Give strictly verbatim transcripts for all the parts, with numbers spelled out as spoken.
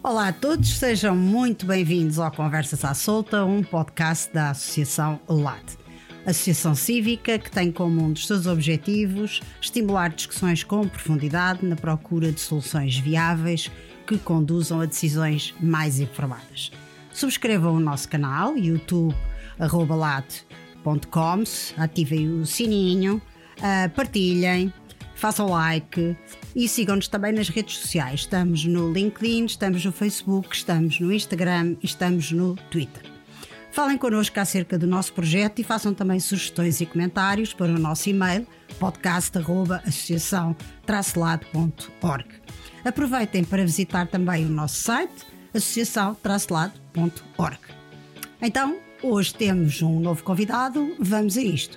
Olá a todos, sejam muito bem-vindos ao Conversas à Solta, um podcast da Associação L A D, Associação Cívica que tem como um dos seus objetivos estimular discussões com profundidade na procura de soluções viáveis que conduzam a decisões mais informadas. Subscrevam o nosso canal, youtube arroba lad ponto com, ativem o sininho, partilhem, façam like e sigam-nos também nas redes sociais. Estamos no LinkedIn, estamos no Facebook, estamos no Instagram e estamos no Twitter. Falem connosco acerca do nosso projeto e façam também sugestões e comentários para o nosso e-mail podcast arroba associação traço lad ponto org. Aproveitem para visitar também o nosso site associação traço lad ponto org. Então, hoje temos um novo convidado, vamos a isto.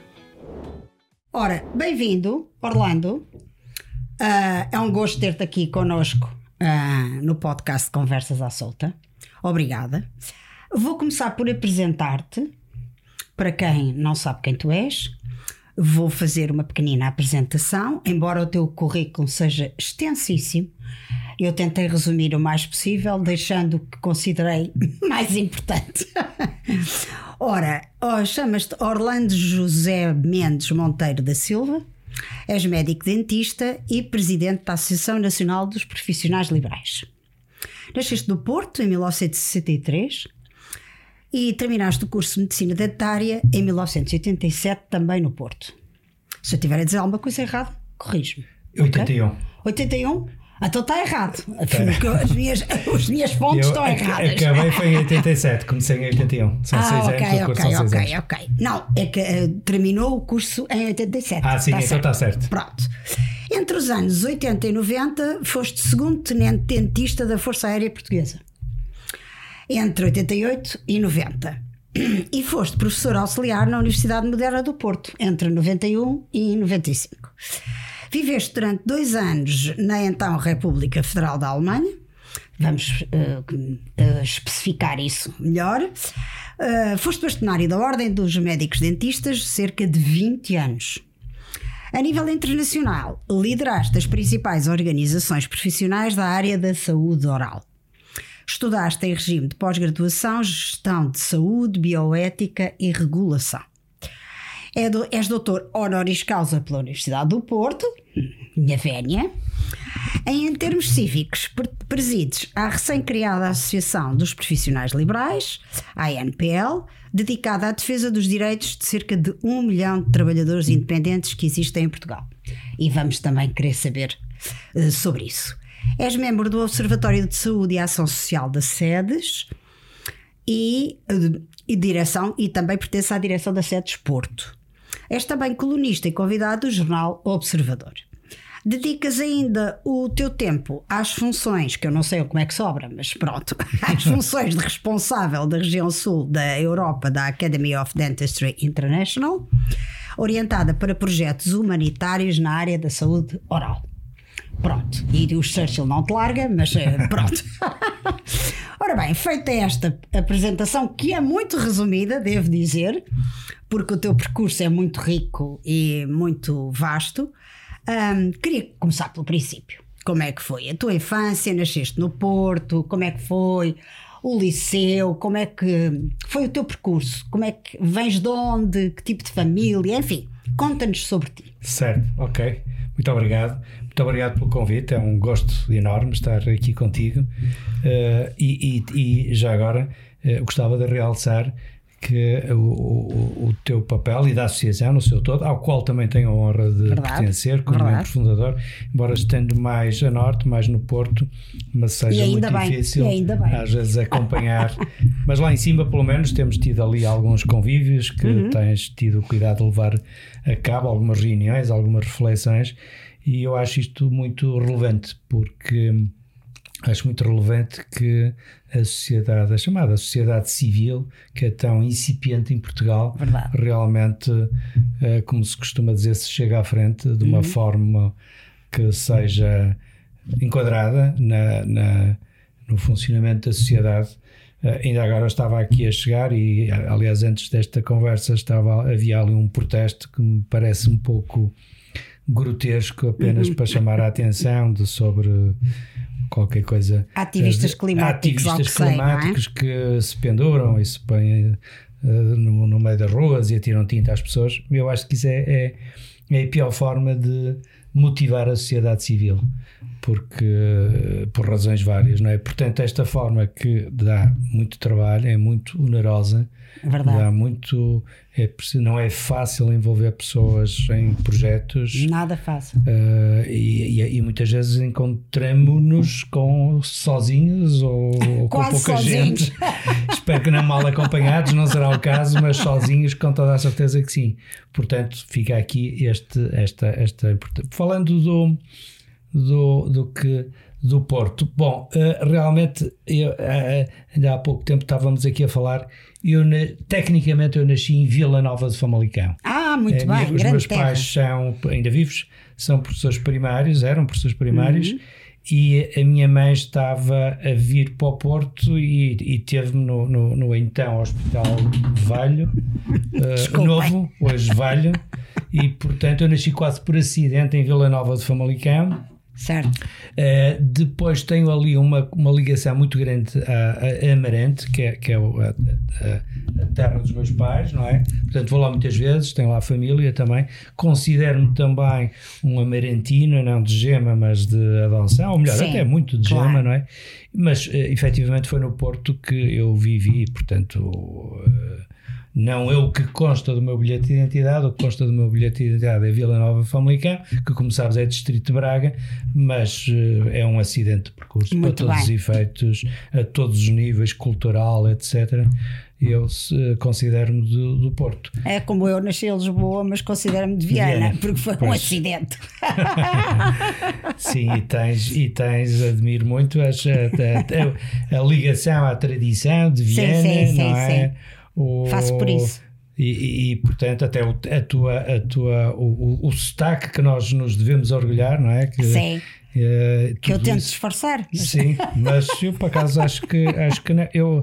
Ora, bem-vindo, Orlando. Uh, é um gosto ter-te aqui connosco uh, no podcast Conversas à Solta. Obrigada. Vou começar por apresentar-te, para quem não sabe quem tu és. Vou fazer uma pequenina apresentação, embora o teu currículo seja extensíssimo. Eu tentei resumir o mais possível, deixando o que considerei mais importante. Ora, oh, chamas-te Orlando José Mendes Monteiro da Silva, és médico dentista e presidente da Associação Nacional dos Profissionais Liberais. Nasceste no Porto em mil novecentos e sessenta e três e terminaste o curso de Medicina Dentária em mil novecentos e oitenta e sete também no Porto. Se eu estiver a dizer alguma coisa errada, corrige-me. oitenta e um. Okay? oitenta e um? Então está errado. As minhas, as minhas fontes eu estão erradas. Acabei foi em oitenta e sete, comecei em oitenta e um. São ah, seis okay, anos. O curso ok, são ok, seis anos. ok. Não, é que uh, terminou o curso em oitenta e sete. Ah, sim, tá então certo. está certo. Pronto. Entre os anos oitenta e noventa, foste segundo tenente dentista da Força Aérea Portuguesa. Entre oitenta e oito e noventa. E foste professor auxiliar na Universidade Moderna do Porto, entre noventa e um e noventa e cinco. Viveste durante dois anos na então República Federal da Alemanha. Vamos uh, uh, especificar isso melhor. Uh, foste bastonário da Ordem dos Médicos Dentistas cerca de vinte anos. A nível internacional, lideraste as principais organizações profissionais da área da saúde oral. Estudaste em regime de pós-graduação, gestão de saúde, bioética e regulação. É do, és doutor honoris causa pela Universidade do Porto, minha vénia. Em termos cívicos, presides a recém-criada Associação dos Profissionais Liberais, a A N P L, dedicada à defesa dos direitos de cerca de um milhão de trabalhadores independentes que existem em Portugal. E vamos também querer saber uh, sobre isso. És membro do Observatório de Saúde e Ação Social da SEDES e, uh, e, direção, e também pertence à direção da SEDES Porto. És também colunista e convidado do jornal Observador. Dedicas ainda o teu tempo às funções, que eu não sei como é que sobra, mas pronto, às funções de responsável da região sul da Europa da Academy of Dentistry International, orientada para projetos humanitários na área da saúde oral. Pronto, e o Churchill não te larga, mas pronto. Ora bem, feita esta apresentação, que é muito resumida, devo dizer, porque o teu percurso é muito rico e muito vasto, um, queria começar pelo princípio. Como é que foi a tua infância? Nasceste no Porto? Como é que foi o liceu? Como é que foi o teu percurso? Como é que vens de onde? Que tipo de família? Enfim, conta-nos sobre ti. Certo, ok. Muito obrigado. Muito obrigado pelo convite. É um gosto enorme estar aqui contigo. Uh, e, e, e já agora uh, gostava de realçar que o, o, o teu papel e da associação no seu todo, ao qual também tenho a honra de verdade, pertencer como verdade. membro fundador, embora estando mais a norte, mais no Porto, mas seja muito bem, difícil às vezes acompanhar. Mas lá em cima pelo menos temos tido ali alguns convívios que uhum. tens tido o cuidado de levar a cabo, algumas reuniões, algumas reflexões, e eu acho isto muito relevante, porque acho muito relevante que a sociedade, a chamada sociedade civil, que é tão incipiente em Portugal, verdade. realmente, como se costuma dizer, se chega à frente de uma uhum. forma que seja enquadrada na, na, no funcionamento da sociedade. Uh, ainda agora estava aqui a chegar e, aliás, antes desta conversa estava, havia ali um protesto que me parece um pouco grotesco, apenas para chamar a atenção de, sobre qualquer coisa. Ativistas climáticos, ativistas que climáticos sei, que se penduram e se põem uh, no, no meio das ruas e atiram tinta às pessoas. Eu acho que isso é, é, é a pior forma de motivar a sociedade civil, porque por razões várias, não é? Portanto, esta forma que dá muito trabalho, é muito onerosa, verdade. Dá muito, é, não é fácil envolver pessoas em projetos, nada fácil, uh, e, e, e muitas vezes encontramos-nos com sozinhos ou, ou com pouca sozinhos. gente. Espero que não mal acompanhados, não será o caso, mas sozinhos com toda a certeza que sim. Portanto, fica aqui este, esta, esta importância. Falando do, do, do que do Porto, bom, uh, realmente eu, uh, ainda há pouco tempo estávamos aqui a falar, eu, tecnicamente eu nasci em Vila Nova de Famalicão. Ah, muito é, bem, os grande meus terra. pais são ainda vivos, são professores primários, eram professores primários, uhum. E a minha mãe estava a vir para o Porto e, e teve-me no, no, no então Hospital Velho, uh, novo, hoje Velho, e portanto eu nasci quase por acidente em Vila Nova de Famalicão. Certo. Uh, depois tenho ali uma, uma ligação muito grande a, a Amarante, que é, que é a, a, a terra dos meus pais, não é? Portanto vou lá muitas vezes, tenho lá a família também. Considero-me também um amarantino, não de Gema, mas de Adoção, ou melhor, sim, até muito de Gema, claro. Não é? Mas uh, efetivamente foi no Porto que eu vivi, portanto... Uh, não é o que consta do meu bilhete de identidade, o que consta do meu bilhete de identidade é Vila Nova de Famalicão, que como sabes é distrito de Braga, mas uh, é um acidente de percurso. Muito para todos bem. Os efeitos, a todos os níveis, cultural, etcétera. Eu uh, considero-me do, do Porto. É como eu, nasci em Lisboa, mas considero-me de Viana, Viana. Porque foi pois. Um acidente. Sim, e tens, e tens admiro muito a, a, a, a ligação à tradição de Viana, sim, sim, não sim, é? Sim. O, faço por isso. E, e, e portanto até o, a tua, a tua, o, o, o sotaque que nós nos devemos orgulhar, não é? Que, sim. Uh, que eu tento isso. Disfarçar. Mas... Sim, mas eu por acaso acho que, acho que não, eu,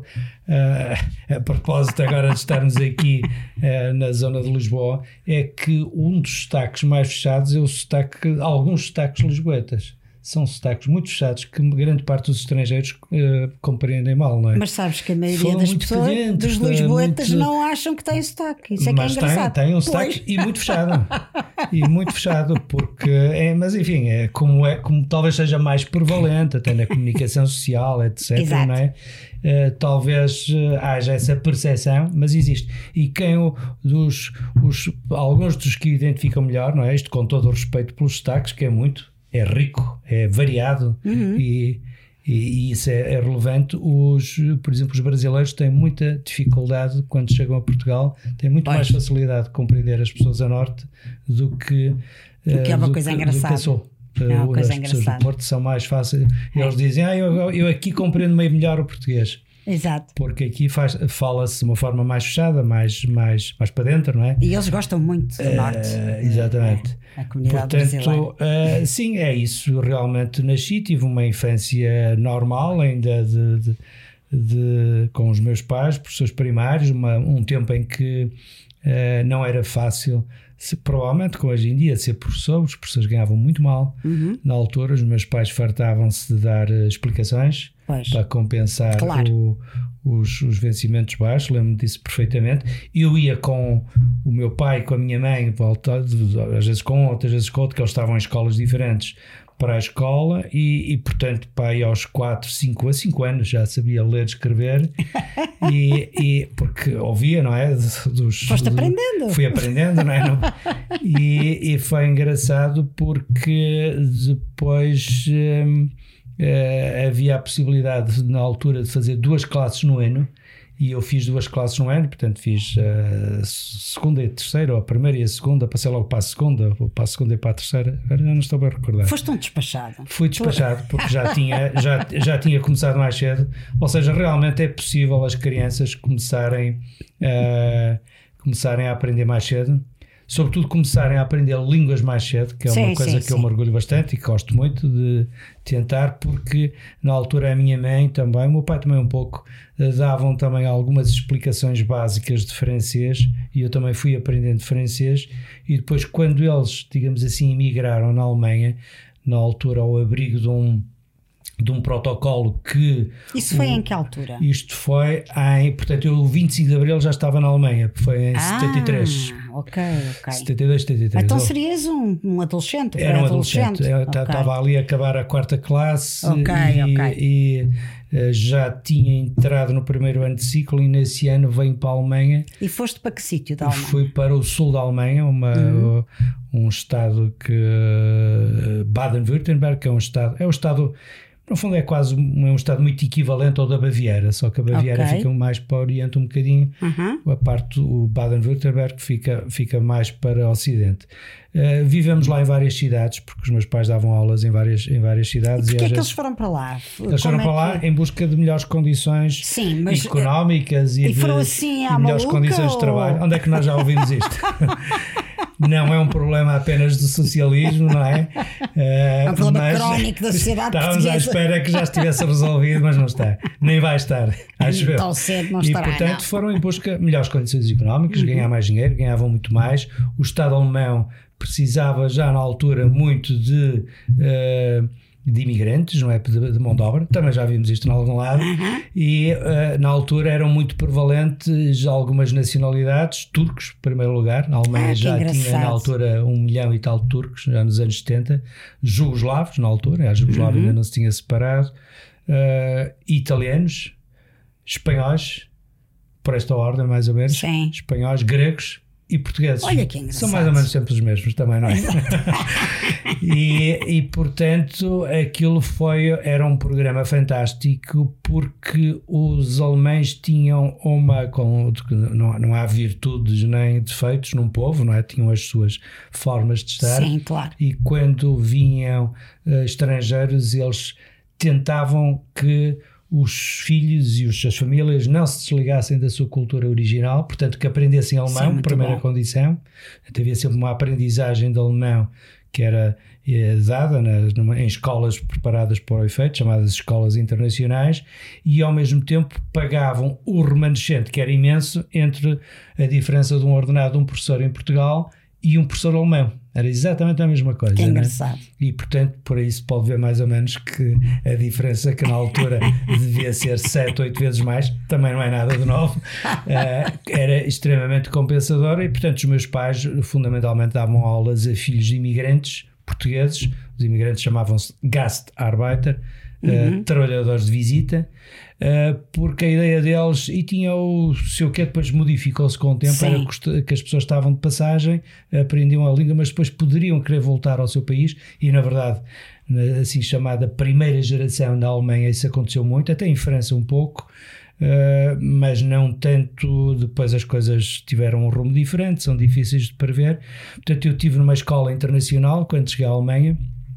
uh, a propósito agora de estarmos aqui uh, na zona de Lisboa, é que um dos sotaques mais fechados é o sotaque, alguns sotaques lisboetas. São sotaques muito fechados que grande parte dos estrangeiros uh, compreendem mal, não é? Mas sabes que a maioria Falam das pessoas, pedentes, dos lisboetas, muito... não acham que têm sotaque. Isso é mas que é engraçado. Tem, tem um sotaque e muito fechado. E muito fechado, porque é, mas enfim, é como, é como talvez seja mais prevalente, até na comunicação social, etcétera. Exato. Não é? Uh, talvez uh, haja essa percepção, mas existe. E quem o, dos, os, alguns dos que identificam melhor, não é? Isto com todo o respeito pelos sotaques, que é muito. É rico, é variado, uhum. e, e, e isso é, é relevante. Os, por exemplo, os brasileiros têm muita dificuldade quando chegam a Portugal, têm muito pois. mais facilidade de compreender as pessoas a norte do que, o que é uma uh, coisa engraçada. É uma coisa as pessoas do Porto são mais fáceis. É. Eles dizem, ah, eu, eu aqui compreendo meio melhor o português. Exato. Porque aqui faz, fala-se de uma forma mais fechada, mais, mais, mais para dentro, não é? E eles gostam muito do uh, Norte. Exatamente. É, a comunidade Portanto, uh, sim, é isso. Realmente nasci, tive uma infância normal, ainda de, de, de, com os meus pais, professores primários, uma, um tempo em que uh, não era fácil. Se, provavelmente, como hoje em dia, ser professor, os professores ganhavam muito mal. Uhum. Na altura, os meus pais fartavam-se de dar uh, explicações pois. Para compensar claro. o, os, os vencimentos baixos. Lembro-me disso perfeitamente. Eu ia com o meu pai, com a minha mãe, volta, às vezes com outras vezes com outro, que eles estavam em escolas diferentes, para a escola e, e portanto, pai, aos quatro, cinco a cinco anos já sabia ler e escrever e, e porque ouvia, não é? Dos, Foste do, aprendendo. Fui aprendendo, não é? Não, e, e foi engraçado porque depois hum, uh, havia a possibilidade na altura de fazer duas classes no ano. E eu fiz duas classes no ano, portanto fiz a segunda e a terceira, ou a primeira e a segunda, passei logo para a segunda, ou para a segunda e para a terceira, agora já não estou bem a recordar. Foste um despachado. Fui despachado, porque já tinha, já, já tinha começado mais cedo, ou seja, realmente é possível as crianças começarem, uh, começarem a aprender mais cedo, sobretudo começarem a aprender línguas mais cedo, que é sim, uma coisa sim, que sim. eu me orgulho bastante e que gosto muito de tentar, porque na altura a minha mãe também, o meu pai também um pouco, davam também algumas explicações básicas de francês e eu também fui aprendendo francês e depois quando eles, digamos assim, emigraram na Alemanha, na altura ao abrigo de um de um protocolo que... Isso foi o, em que altura? Isto foi em... Portanto, eu o vinte e cinco de Abril já estava na Alemanha, foi em ah, setenta e três. Ok, ok. setenta e dois, setenta e três. Então serias um, um adolescente? Era um adolescente. Eu okay. Estava ali a acabar a quarta classe okay, e, okay. e uh, já tinha entrado no primeiro ano de ciclo e nesse ano venho para a Alemanha. E foste para que sítio da Alemanha? Fui para o sul da Alemanha, uma, uhum. um estado que... Uh, Baden-Württemberg, que é um estado... É um estado... No fundo é quase um, é um estado muito equivalente ao da Baviera, só que a Baviera okay. fica mais para o Oriente um bocadinho, uhum. a parte do Baden-Württemberg fica, fica mais para o Ocidente. Uh, vivemos lá em várias cidades, porque os meus pais davam aulas em várias, em várias cidades. E porquê e é que vezes, eles foram para lá? Eles foram é para lá que... em busca de melhores condições Sim, mas, económicas e, e foram de, assim de melhores condições ou... de trabalho. Onde é que nós já ouvimos isto? Não é um problema apenas do socialismo, não é? É um problema mas crónico da sociedade estávamos portuguesa. à espera que já estivesse resolvido, mas não está. Nem vai estar, acho eu. Tão cedo não estará, e, portanto, não. foram em busca de melhores condições económicas, uhum. ganhar mais dinheiro, ganhavam muito mais. O Estado alemão precisava já na altura muito de... Uh, de imigrantes, não é? De, de mão de obra, também já vimos isto em algum lado, uhum. e uh, na altura eram muito prevalentes algumas nacionalidades, turcos, em primeiro lugar. A Alemanha ah, já engraçado. Tinha na altura um milhão e tal de turcos, já nos anos setenta, jugoslavos na altura, a Jugoslávia uhum. ainda não se tinha separado, uh, italianos, espanhóis, por esta ordem mais ou menos, Sim. espanhóis, gregos e portugueses. Olha que engraçado. São mais ou menos sempre os mesmos também, não é? e, e portanto aquilo foi, era um programa fantástico porque os alemães tinham uma, com, não, não há virtudes nem defeitos num povo, não é? Tinham as suas formas de estar. Sim, claro. E quando vinham uh, estrangeiros eles tentavam que os filhos e as famílias não se desligassem da sua cultura original, portanto que aprendessem alemão, Sim, primeira bom. Condição. Havia sempre uma aprendizagem de alemão que era eh, dada na, numa, em escolas preparadas para o efeito, chamadas escolas internacionais, e ao mesmo tempo pagavam o remanescente, que era imenso, entre a diferença de um ordenado de um professor em Portugal e um professor alemão. Era exatamente a mesma coisa. Que engraçado. Né? E portanto, por aí se pode ver mais ou menos que a diferença, que na altura devia ser sete, oito vezes mais, também não é nada de novo, uh, era extremamente compensadora. E portanto os meus pais fundamentalmente davam aulas a filhos de imigrantes portugueses. Os imigrantes chamavam-se Gastarbeiter, uhum. uh, trabalhadores de visita, uh, porque a ideia deles, e tinha o seu que depois modificou-se com o tempo, Sim. era que as pessoas estavam de passagem, aprendiam a língua, mas depois poderiam querer voltar ao seu país, e na verdade, assim chamada primeira geração na Alemanha, isso aconteceu muito, até em França um pouco, Uh, mas não tanto. Depois as coisas tiveram um rumo diferente, são difíceis de prever. Portanto, eu estive numa escola internacional quando cheguei à Alemanha,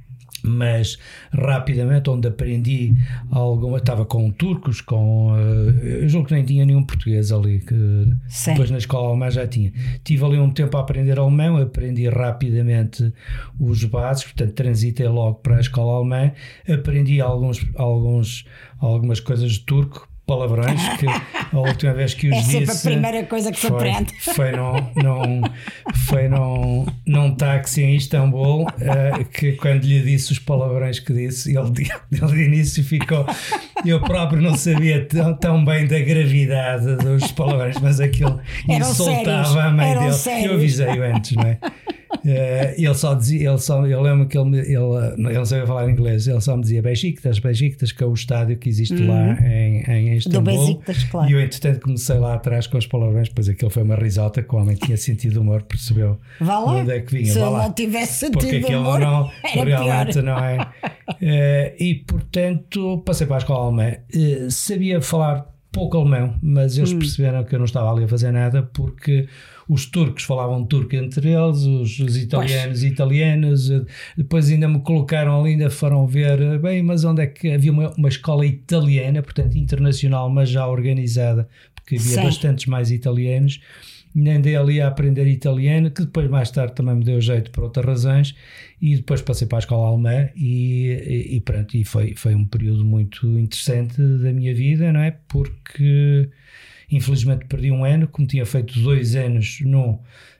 mas rapidamente, onde aprendi alguma, estava com turcos, com uh, eu julgo que nem tinha nenhum português ali, que Sim. depois na escola alemã já tinha. Tive ali um tempo a aprender alemão, aprendi rapidamente os bases, portanto transitei logo para a escola alemã, aprendi alguns, alguns, algumas coisas de turco, palavrões, que a última vez que os é disse... É sempre a primeira coisa que se foi, aprende. Foi num, num, foi num, num táxi em Istambul, uh, que quando lhe disse os palavrões que disse, ele, ele de início ficou... Eu próprio não sabia tão, tão bem da gravidade dos palavrões, mas aquilo insultava a mãe dele. Sérios. Eu avisei-o antes, não é? Uh, ele só dizia, ele só, eu lembro que ele, ele, ele não sabia falar inglês, ele só me dizia Besiktas, Besiktas, que é o estádio que existe uhum. lá em, em Istambul. Do Besiktas, claro. E eu entretanto comecei lá atrás com os palavrões, depois aquilo foi uma risota, que o homem tinha sentido humor, percebeu vá lá. Onde é que vinha. Se ele não tivesse sentido porque aquilo humor, não, realmente pior. Não é. Uh, e portanto passei para a escola alemã, uh, sabia falar pouco alemão, mas eles hum. perceberam que eu não estava ali a fazer nada, porque os turcos falavam turco entre eles, os, os italianos pois. italianos, depois ainda me colocaram ali, ainda foram ver, bem, mas onde é que havia uma, uma escola italiana, portanto internacional, mas já organizada, porque havia Sim. bastantes mais italianos, e andei ali a aprender italiano, que depois mais tarde também me deu jeito por outras razões, e depois passei para a escola alemã e, e, e pronto, e foi, foi um período muito interessante da minha vida, não é? Porque infelizmente perdi um ano, como tinha feito dois anos no,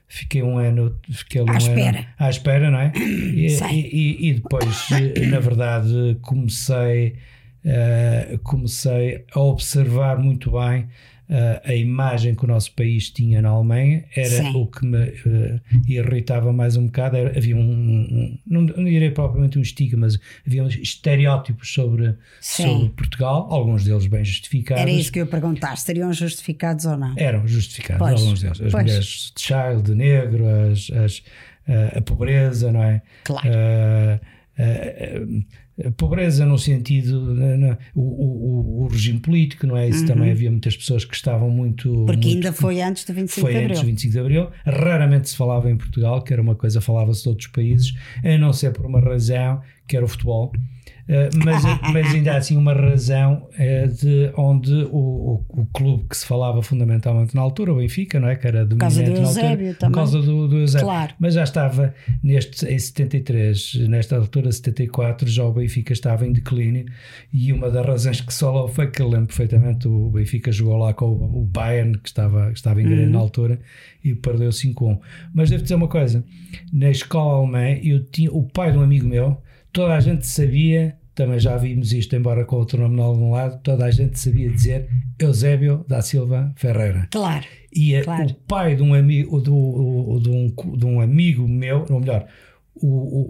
fiquei um ano, fiquei ali à um espera. ano à espera, não é? E, e, e depois, na verdade, comecei, uh, comecei a observar muito bem Uh, a imagem que o nosso país tinha na Alemanha. Era Sim. o que me uh, irritava mais um bocado. Era, havia um, um não, não direi propriamente um estigma, mas havia estereótipos sobre, sobre Portugal, alguns deles bem justificados. Era isso que eu ia perguntar, estariam justificados ou não? Eram justificados, pois, alguns deles. As pois. mulheres de child, de negro, as, as, uh, a pobreza, não é? Claro. Uh, uh, uh, A pobreza no sentido, no, o, o, o regime político, não é? Isso uhum. também havia muitas pessoas que estavam muito... Porque muito, ainda foi antes do vinte e cinco de Abril. Foi antes do vinte e cinco de Abril. Raramente se falava em Portugal, que era uma coisa, falava-se de outros países, a não ser por uma razão, que era o futebol. Uh, mas, mas ainda assim uma razão uh, de onde o, o, o clube que se falava fundamentalmente na altura, o Benfica, não é? Que era dominante na altura, por causa do, do Eusébio. Claro. Mas já estava neste, em setenta e três, nesta altura setenta e quatro, já o Benfica estava em declínio, e uma das razões que só lá foi que eu lembro perfeitamente, o Benfica jogou lá com o, o Bayern, que estava, que estava em grande uhum. na altura, e perdeu cinco a um. Mas devo dizer uma coisa, na escola alemã eu tinha o pai de um amigo meu. Toda a gente sabia, também já vimos isto, embora com outro nome de algum lado, toda a gente sabia dizer Eusébio da Silva Ferreira. Claro. E a, claro. o pai de um amigo, do, de um, de um amigo meu, ou melhor, o,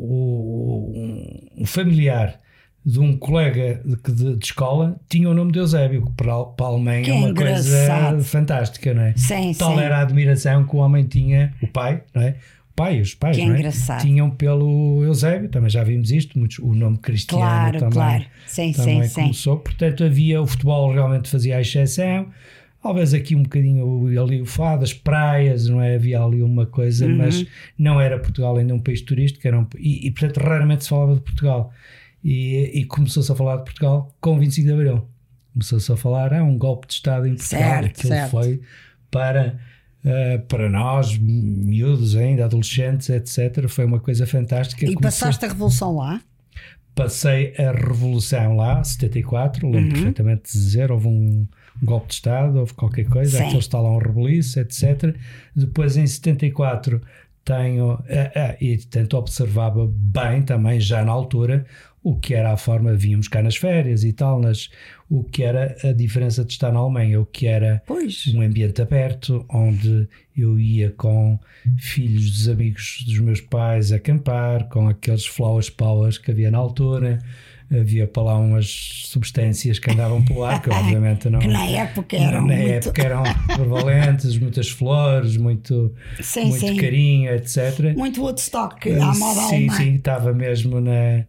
o, um, um familiar de um colega de, de, de escola tinha o nome de Eusébio, que para, para a Alemanha que é uma engraçado. Coisa fantástica, não é? Sim, Tal sim. era a admiração que o homem tinha, o pai, não é? Pai, os pais, que não é? Engraçado. Tinham pelo Eusébio, também já vimos isto, muitos, o nome Cristiano claro, também, claro. Sim, também sim, começou, sim. Portanto havia, o futebol realmente fazia a exceção, talvez aqui um bocadinho ali o fado, as praias, não é? Havia ali uma coisa, uhum. mas não era Portugal ainda um país turístico, era um, e, e portanto raramente se falava de Portugal, e, e começou-se a falar de Portugal com o vinte e cinco de Abril, começou-se a falar, é ah, um golpe de Estado em Portugal, certo, aquilo certo. foi para... Uh, para nós, miúdos ainda, adolescentes, etcétera, foi uma coisa fantástica. E Comecei... passaste a Revolução lá? Passei a Revolução lá, setenta e quatro, lembro uhum. perfeitamente de dizer, houve um, um golpe de Estado, houve qualquer coisa, aquele está lá um rebuliço, etcétera. Depois em setenta e quatro tenho, uh, uh, e tanto observava bem também, já na altura, o que era a forma, víamos cá nas férias e tal, nas, o que era a diferença de estar na Alemanha, o que era pois. um ambiente aberto, onde eu ia com filhos dos amigos dos meus pais a acampar, com aqueles flowers powers que havia na altura, havia para lá umas substâncias que andavam por lá, que obviamente não... que na época eram na muito... época eram prevalentes, muitas flores, muito, sim, muito sim. carinho, etcétera. Muito Woodstock, à moda sim, alemã. Sim, estava mesmo na...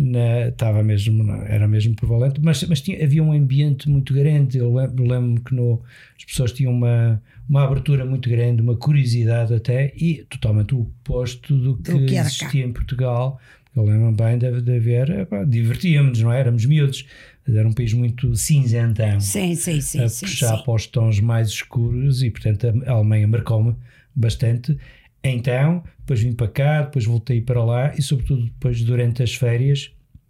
estava mesmo, era mesmo prevalente, mas, mas tinha, havia um ambiente muito grande. Eu lembro, lembro que no, as pessoas tinham uma, uma abertura muito grande, uma curiosidade até, e totalmente o oposto do que, do que existia em Portugal. Eu lembro bem de, de haver, divertíamos-nos, não é? Éramos miúdos, era um país muito cinzentão, sim, sim, sim, a sim, puxar sim. para os tons mais escuros, e portanto a Alemanha marcou-me bastante. Então, depois vim para cá, depois voltei para lá, e sobretudo depois durante as férias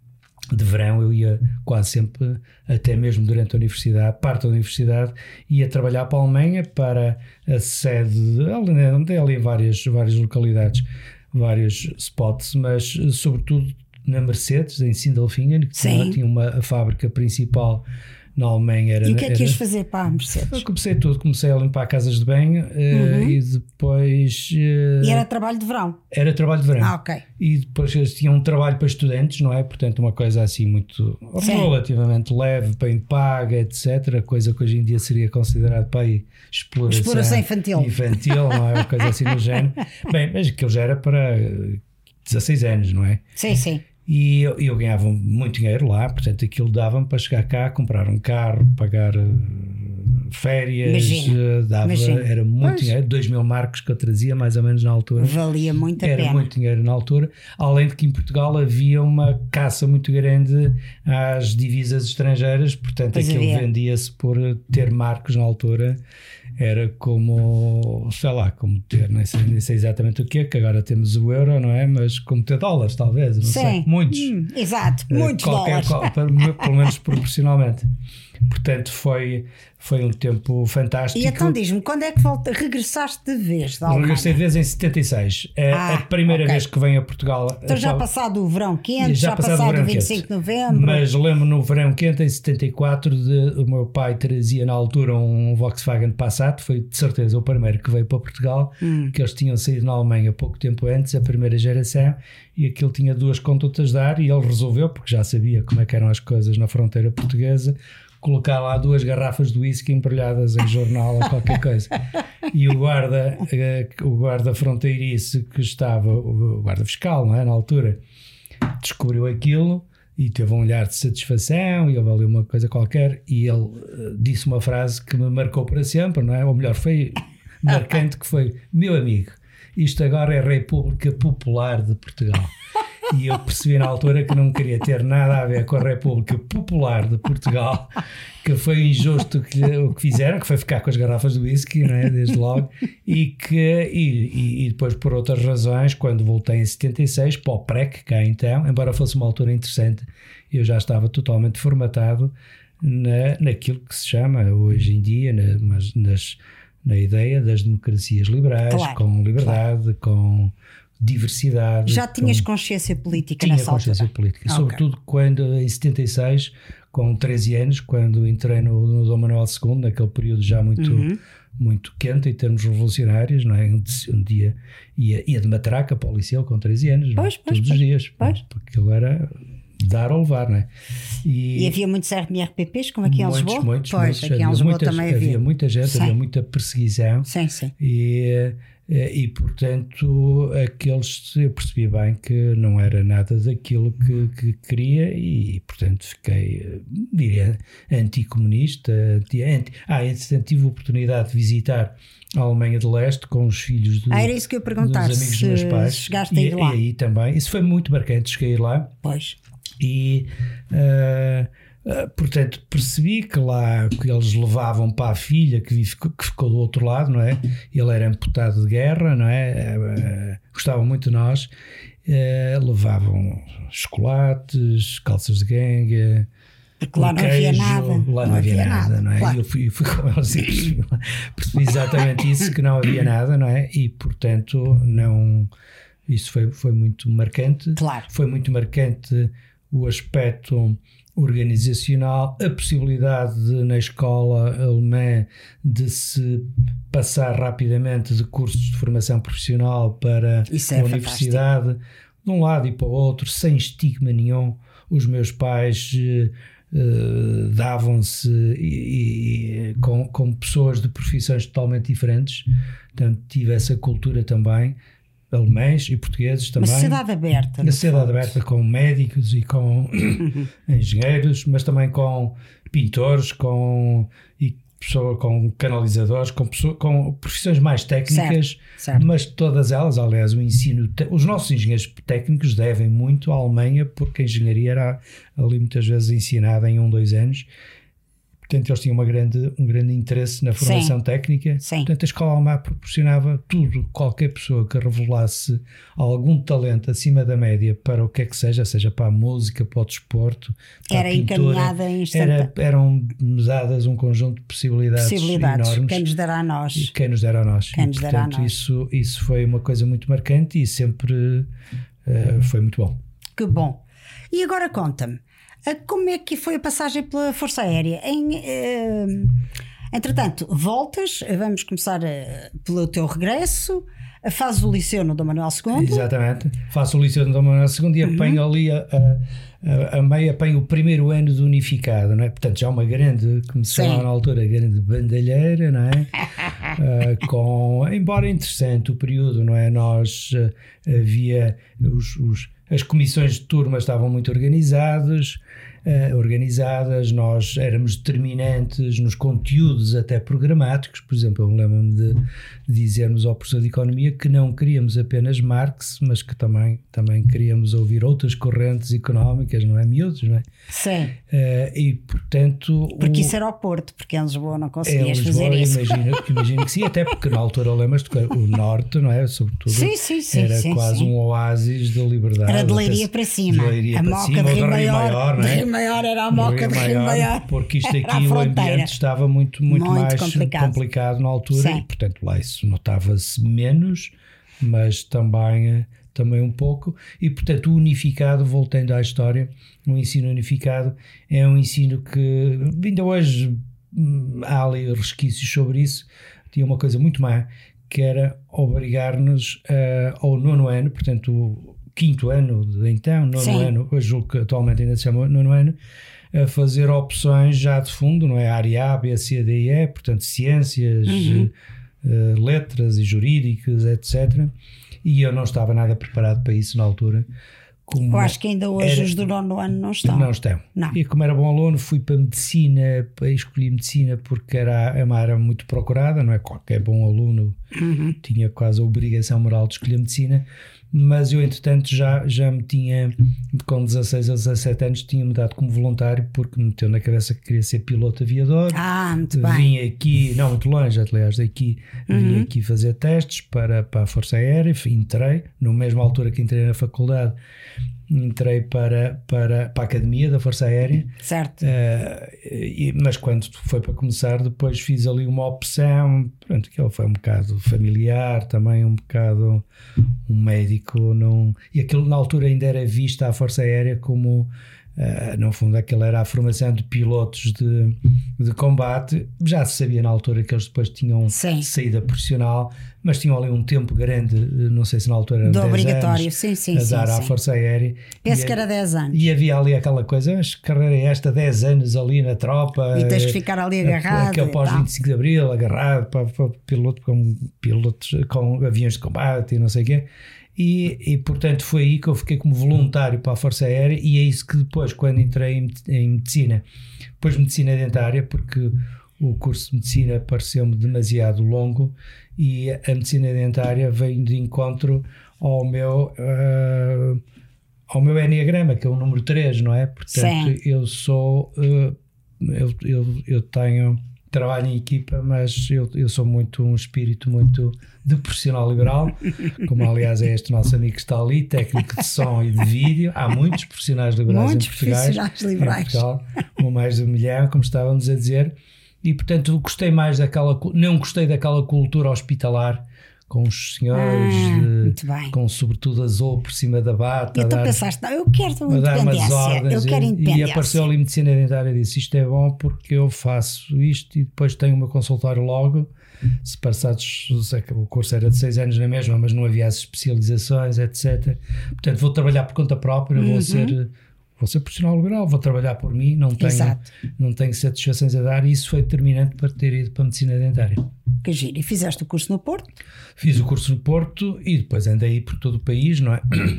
de verão eu ia quase sempre, até mesmo durante a universidade, parte da universidade, ia trabalhar para a Alemanha, para a sede, ali, ali em várias, várias localidades, vários spots, mas sobretudo na Mercedes, em Sindelfingen, que tinha, tinha uma a fábrica principal na Alemanha. Era, e o que é que era, ias fazer para a Mercedes? Eu comecei tudo, comecei a limpar casas de banho, uhum. uh, e depois... Uh, e era trabalho de verão? Era trabalho de verão. Ah, ok. E depois eles tinham um trabalho para estudantes, não é? Portanto, uma coisa assim muito Sim. relativamente leve, bem paga, etcétera. Coisa que hoje em dia seria considerado para aí exploração, exploração infantil. Infantil, não é? Uma coisa assim do género. Bem, mas aquilo já era para dezasseis anos, não é? Sim, sim. E eu, eu ganhava muito dinheiro lá, portanto aquilo dava-me para chegar cá, comprar um carro, pagar uh, férias, uh, dava, era muito pois. dinheiro, dois mil marcos que eu trazia mais ou menos na altura. Valia muito a era pena. Era muito dinheiro na altura, além de que em Portugal havia uma caça muito grande às divisas estrangeiras, portanto pois aquilo havia. vendia-se por ter marcos na altura, era como, sei lá, como ter, nem sei, nem sei exatamente o que é, que agora temos o euro, não é? Mas como ter dólares, talvez, não Sim. sei, muitos. Hum, exato, muitos Qualquer, dólares. qual, pelo menos proporcionalmente. Portanto, foi, foi um tempo fantástico. E então diz-me, quando é que volta, regressaste de vez da Alemanha? Regressei de vez em setenta e seis. É Ah, a primeira okay. vez que venho a Portugal. Então já passado o verão quente, já, já passado, passado o verão o vinte e cinco quente. de novembro. Mas lembro no verão quente, em setenta e quatro, de, o meu pai trazia na altura um Volkswagen Passat, foi de certeza o primeiro que veio para Portugal, hum. que eles tinham saído na Alemanha pouco tempo antes, a primeira geração, e aquilo tinha duas condutas de ar, e ele resolveu, porque já sabia como é que eram as coisas na fronteira portuguesa, colocar lá duas garrafas de whisky embrulhadas em jornal ou qualquer coisa. E o guarda, o guarda fronteiriço que estava, o guarda fiscal, não é, na altura, descobriu aquilo e teve um olhar de satisfação e houve ali uma coisa qualquer e ele disse uma frase que me marcou para sempre, não é? Ou melhor, foi marcante, que foi: meu amigo, isto agora é a República Popular de Portugal. E eu percebi na altura que não queria ter nada a ver com a República Popular de Portugal, que foi injusto que, o que fizeram, que foi ficar com as garrafas de whisky, não é? Desde logo, e, que, e, e depois por outras razões, quando voltei em setenta e seis para o P R E C, cá então, embora fosse uma altura interessante, eu já estava totalmente formatado na, naquilo que se chama hoje em dia, na, mas nas, na ideia das democracias liberais, claro, com liberdade, claro, com diversidade. Já tinhas com... consciência política Tinha nessa consciência altura? política, okay. Sobretudo quando em setenta e seis, com treze anos, quando entrei no, no Dom Manuel segundo, naquele período já muito, uhum. muito quente em termos revolucionários, não é? Um, um dia ia, ia de matraca para o liceu com treze anos, pois, pois, todos pois, os dias, pois. Porque aquilo era dar ou levar, não é? E, e havia muitos R M R P Ps, como aqui em muitos, Lisboa? Muitos, pois, muitos. Aqui havia em Lisboa muitas, também havia. Havia muita gente, sim. Havia muita perseguição. Sim, sim. E... E portanto aqueles, eu percebi bem que não era nada daquilo que, que queria e portanto fiquei, diria, anticomunista. Anti, anti, ah, entretanto tive a oportunidade de visitar a Alemanha de Leste com os filhos de, ah, era isso que eu ia perguntar, dos amigos dos meus pais. Chegaste a ir e, lá. E aí também, isso foi muito marcante, cheguei a ir lá. Pois. E uh, Uh, portanto percebi que lá que eles levavam para a filha que ficou, que ficou do outro lado, não é? Ele era amputado de guerra, não é? Uh, gostavam muito de nós, uh, levavam chocolates, calças de gangue, porque lá não queijo, havia nada, lá não, não havia, havia nada, nada, não é? Claro. E eu fui, fui com eles e percebi, percebi exatamente isso, que não havia nada, não é? E portanto não, isso foi, foi muito marcante, claro. Foi muito marcante o aspecto organizacional, a possibilidade de, na escola alemã, de se passar rapidamente de cursos de formação profissional para Isso a é universidade, fantástico. De um lado e para o outro, sem estigma nenhum. Os meus pais uh, davam-se e, e, com, com pessoas de profissões totalmente diferentes, portanto tive essa cultura também, alemães e portugueses também. Uma sociedade aberta. Uma sociedade aberta com médicos e com engenheiros, mas também com pintores, com, e pessoa, com canalizadores, com, pessoa, com profissões mais técnicas, certo, certo. Mas todas elas, aliás, o ensino, os nossos engenheiros técnicos devem muito à Alemanha, porque a engenharia era ali muitas vezes ensinada em um, dois anos. Portanto, eles tinham uma grande, um grande interesse na formação sim, técnica. Sim. Portanto, a escola alemã proporcionava tudo, qualquer pessoa que revelasse algum talento acima da média para o que é que seja, seja para a música, para o desporto, para era a pintura, encaminhada em era, eram dadas um conjunto de possibilidades, possibilidades enormes. Quem nos dará a nós. E quem nos dará a nós. Quem e, nos portanto, dará a nós. Isso, isso foi uma coisa muito marcante e sempre uh, foi muito bom. Que bom. E agora conta-me, como é que foi a passagem pela Força Aérea? Em, eh, entretanto, voltas, vamos começar eh, pelo teu regresso, fazes o liceu no Dom Manuel segundo. Exatamente, faço o liceu no Dom Manuel segundo e apanho uhum. ali a, a, a meio, apanho o primeiro ano de unificado, não é? Portanto, já uma grande, como se chamava na altura, grande bandalheira, não é? uh, com, embora interessante o período, não é? Nós uh, havia os, os as comissões de turma estavam muito organizadas, uh, organizadas, nós éramos determinantes nos conteúdos até programáticos. Por exemplo, eu lembro-me de dizermos ao professor de Economia que não queríamos apenas Marx, mas que também, também queríamos ouvir outras correntes económicas, não é? Miúdos, não é? Sim. Uh, e, portanto... Porque o, isso era ao Porto, porque em Lisboa não conseguias em Lisboa, fazer isso. Imagino, imagino que sim, até porque na altura lembras-te que o Norte, não é? Sobretudo, sim, sim, sim, era sim, quase sim. um oásis da liberdade. Era de Leiria para cima. Leiria a para Moca cima, de Rio Rio Maior, Maior, não é? de Rio Maior era a Moca de Rio Maior. Porque isto aqui, o ambiente estava muito, muito, muito mais complicado. complicado na altura. Sim. E, portanto, lá isso notava-se menos, mas também, também um pouco. E, portanto, o unificado, voltando à história, o ensino unificado é um ensino que, ainda hoje, há ali resquícios sobre isso. Tinha uma coisa muito má, que era obrigar-nos uh, ao nono ano, portanto, o quinto ano de então, nono Sim. ano, hoje julgo que atualmente ainda se chama nono ano, a fazer opções já de fundo, não é? Área A, B, C, D e E, portanto, ciências, uhum. uh, letras e jurídicas, etcétera. E eu não estava nada preparado para isso na altura. Como eu acho que ainda hoje era, os do nono ano não estão. Não estão. Não. E como era bom aluno, fui para medicina, para escolhi medicina porque era uma área muito procurada, não é? Qualquer bom aluno uhum. tinha quase a obrigação moral de escolher medicina, mas eu entretanto já, já me tinha, com dezasseis a dezassete anos, tinha-me dado como voluntário porque me meteu na cabeça que queria ser piloto aviador. Ah, muito bem. Vim aqui, não muito longe, aliás, daqui, uhum. vim aqui fazer testes para, para a Força Aérea, entrei, na mesma altura que entrei na faculdade, entrei para, para, para a Academia da Força Aérea. Certo. Uh, e, mas quando foi para começar, depois fiz ali uma opção, pronto, aquilo foi um bocado familiar, também um bocado um médico, não, e aquilo na altura ainda era vista a Força Aérea como, uh, no fundo, aquela era a formação de pilotos de, de combate. Já se sabia na altura que eles depois tinham Sim. saída profissional, mas tinham ali um tempo grande, não sei se na altura era do dez obrigatório, anos, sim, sim, a dar sim, à sim. Força Aérea. Penso e, que era dez anos. E havia ali aquela coisa, mas que carreira é esta, dez anos ali na tropa. E tens que ficar ali agarrado. Aquele pós vinte e cinco de Abril, agarrado para, para piloto com pilotos com aviões de combate e não sei o quê. E, e portanto foi aí que eu fiquei como voluntário para a Força Aérea, e é isso que depois, quando entrei em, em medicina, depois medicina dentária, porque o curso de medicina pareceu-me demasiado longo e a medicina dentária veio de encontro ao meu uh, ao meu enneagrama, que é o número três, não é? Portanto, Sim. eu sou uh, eu, eu, eu tenho trabalho em equipa, mas eu, eu sou muito um espírito muito de profissional liberal, como aliás é este nosso amigo que está ali, técnico de som e de vídeo. Há muitos profissionais liberais muitos em Portugal, profissionais liberais. em Portugal, um mais de um milhão, como estávamos a dizer. E portanto gostei mais daquela, não gostei daquela cultura hospitalar com os senhores, ah, de, com sobretudo azul por cima da bata. E tu dar, pensaste, não, eu quero independência, ordens, eu quero independência. E apareceu ali medicina dentária e disse, isto é bom porque eu faço isto e depois tenho o meu consultório logo. Se passados, o curso era de seis anos na mesma, mas não havia as especializações, etcétera. Portanto, vou trabalhar por conta própria, uhum. vou ser... Vou ser profissional liberal, vou trabalhar por mim, não tenho, não tenho satisfações a dar, e isso foi determinante para ter ido para a medicina dentária. Que giro. E fizeste o curso no Porto? Fiz o curso no Porto e depois andei por todo o país, não é?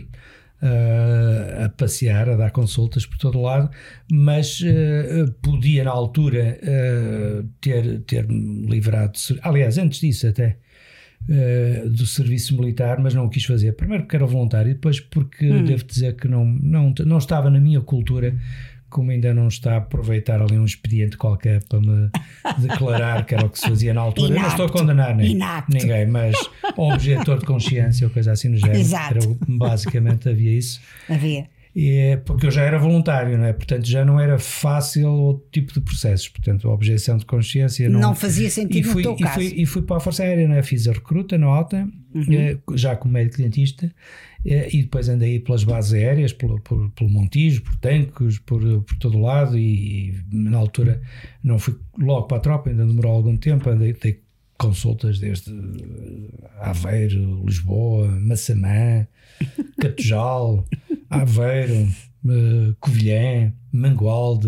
Uh, a passear, a dar consultas por todo lado, mas uh, podia na altura uh, ter, ter-me livrado, de, aliás, antes disso até, Uh, do serviço militar, mas não o quis fazer. Primeiro porque era voluntário e depois porque hum. devo dizer que não, não, não estava na minha cultura, como ainda não está a aproveitar ali um expediente qualquer para me declarar que era o que se fazia na altura. Inapto. Eu não estou a condenar nem, ninguém, mas objetor de consciência ou coisa assim no género. Exato. Era, basicamente havia isso. Havia. E, porque eu já era voluntário, não é? Portanto já não era fácil outro tipo de processos, portanto a objeção de consciência não, não fazia sentido fui, no teu e caso. Fui, e fui para a Força Aérea, não é? Fiz a recruta na OTA, uhum. já como médico dentista, e depois andei pelas bases aéreas, pelo, por, pelo Montijo, por Tancos, por, por todo o lado, e, e na altura não fui logo para a tropa, ainda demorou algum tempo, andei, dei consultas desde Aveiro, Lisboa, Massamá, Catujal, Aveiro, uh, Covilhã, Mangualde,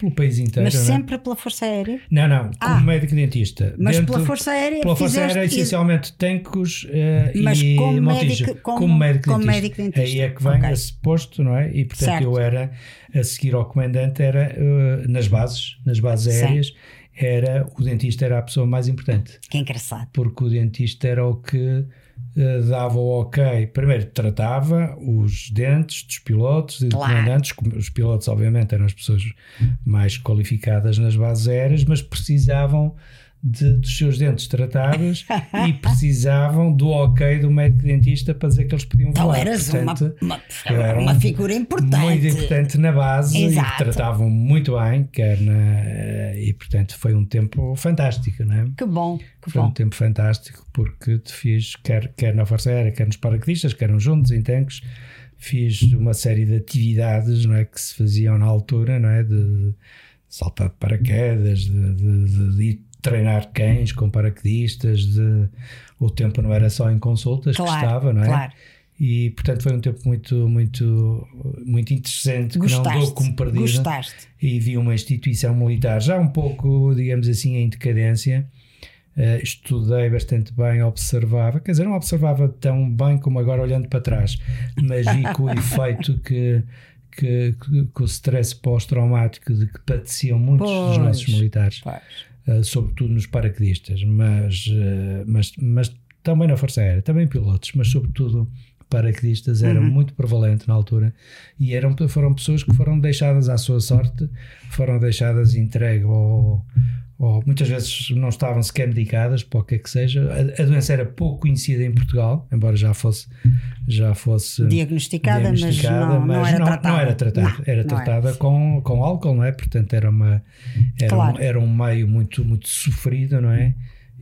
pelo país inteiro. Mas não é? sempre pela Força Aérea? Não, não, como Ah, médico dentista. Mas Dentro, pela Força Aérea Pela Força fizeste... Aérea, essencialmente técnicos uh, Mas e como montijo. médico, como, como médico como dentista. médico dentista. Aí é que vem Okay. esse posto, não é? E portanto Certo. eu era, a seguir ao comandante, era uh, nas bases, nas bases Sim. aéreas, era, o dentista era a pessoa mais importante. Que engraçado. Porque o dentista era o que uh, dava o ok. Primeiro tratava os dentes dos pilotos e dos Claro. comandantes. Os pilotos, obviamente, eram as pessoas mais qualificadas nas bases aéreas, mas precisavam de, dos seus dentes tratados e precisavam do ok do médico dentista para dizer que eles podiam Então voar. eras Portanto, uma, eu uma, era uma um- figura importante. muito importante na base. Exato. E que tratavam muito bem, quer na, e portanto foi um tempo fantástico, não é? Que bom, que Foi um bom. tempo fantástico porque te fiz, quer, quer na Força Aérea, quer nos paraquedistas, quer juntos em tanques, fiz uma série de atividades, não é, que se faziam na altura, não é, de saltar de paraquedas, de, de, de, de ir treinar cães com paraquedistas, de, o tempo não era só em consultas Claro, que estava, não é? claro. E portanto foi um tempo muito, muito, muito interessante, que não Gostaste, dou como perdido. gostaste. E vi uma instituição militar já um pouco, digamos assim, em decadência. Uh, estudei bastante bem, observava, quer dizer, não observava tão bem como agora olhando para trás, mas vi que o efeito que, que, que, que o stress pós-traumático de que padeciam muitos Pois, dos nossos militares, pois. uh, sobretudo nos paraquedistas, mas, uh, mas, mas também na Força Aérea, também pilotos, mas sobretudo paraquedistas era Uhum. muito prevalente na altura e eram, foram pessoas que foram deixadas à sua sorte, foram deixadas entregue ao, ou muitas vezes não estavam sequer medicadas para o que é que seja. A, a doença era pouco conhecida em Portugal, embora já fosse, já fosse Diagnosticada, diagnosticada, mas não, não era não, tratada. não era tratada, Não, era não tratada era. Com, com álcool, não é? Portanto era, uma, era, Claro. um, era um meio muito, muito sofrido, não é?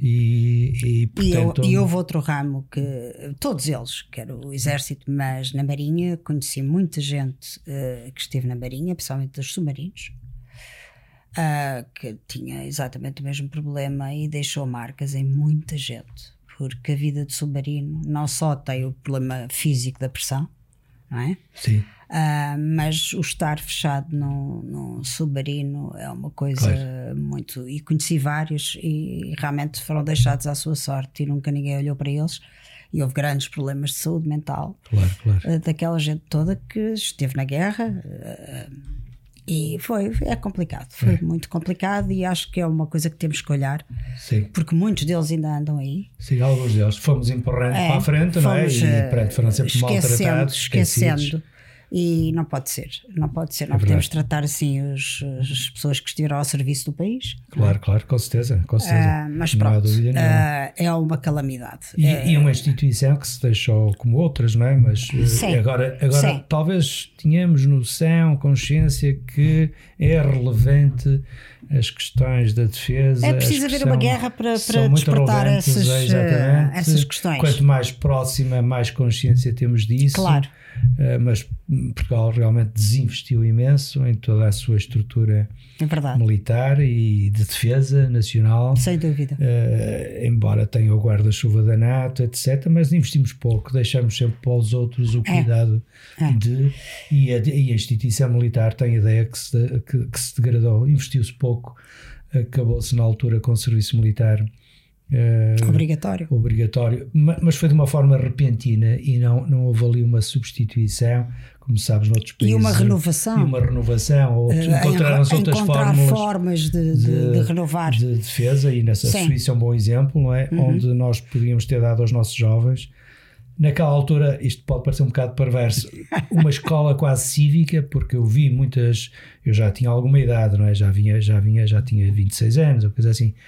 E, e, E, eu, portanto, e houve outro ramo que, todos eles, que era o Exército, mas na Marinha, conheci muita gente uh, que esteve na Marinha, principalmente dos submarinos, uh, que tinha exatamente o mesmo problema e deixou marcas em muita gente, porque a vida de submarino não só tem o problema físico da pressão, não é? sim. Uh, mas o estar fechado num, num submarino é uma coisa Claro. muito. E conheci vários e realmente foram deixados à sua sorte e nunca ninguém olhou para eles. E houve grandes problemas de saúde mental Claro, claro. uh, daquela gente toda que esteve na guerra. Uh, e foi, é complicado, foi É. muito complicado. E acho que é uma coisa que temos que olhar, Sim. porque muitos deles ainda andam aí. Sim, alguns deles fomos empurrando É, para a frente, não é? fomos, E uh, pronto, foram sempre esquecendo, maltratados, esquecidos. esquecendo. E não pode ser, não pode ser, não É podemos verdade. tratar assim os, as pessoas que estiveram ao serviço do país. Claro, claro, com certeza, com certeza. Ah, mas não há pronto, dúvida nenhuma. ah, é uma calamidade. E, É- e uma instituição que se deixou como outras, não é? Mas eh, Sim, agora, agora sim. talvez tenhamos noção, consciência que é relevante as questões da defesa. É preciso as que haver uma são- guerra para, são para muito despertar relevantes, essas, é, exatamente. eh, essas questões. Quanto mais próxima, mais consciência temos disso. Claro. Eh, mas Portugal realmente desinvestiu imenso em toda a sua estrutura É verdade, militar e de defesa nacional. sem dúvida. Uh, embora tenha o guarda-chuva da NATO, etcétera, mas investimos pouco, deixamos sempre para os outros o cuidado É. de. E a, e a instituição militar tem a ideia que se, que, que se degradou, investiu-se pouco, acabou-se na altura com o serviço militar. Uh, Obrigatório. obrigatório, ma- mas foi de uma forma repentina e não, não houve ali uma substituição, como sabes, noutros E países. uma renovação. E uma renovação, ou Eh, encontraram-se em- outras encontrar fórmulas formas de, de, de renovar. de defesa, e nessa Sim. Suíça é um bom exemplo, não é? Uhum. Onde nós podíamos ter dado aos nossos jovens, naquela altura, isto pode parecer um bocado perverso, uma escola quase cívica, porque eu vi muitas, eu já tinha alguma idade, não é? Já vinha, já vinha, já tinha vinte e seis anos, ou coisa assim,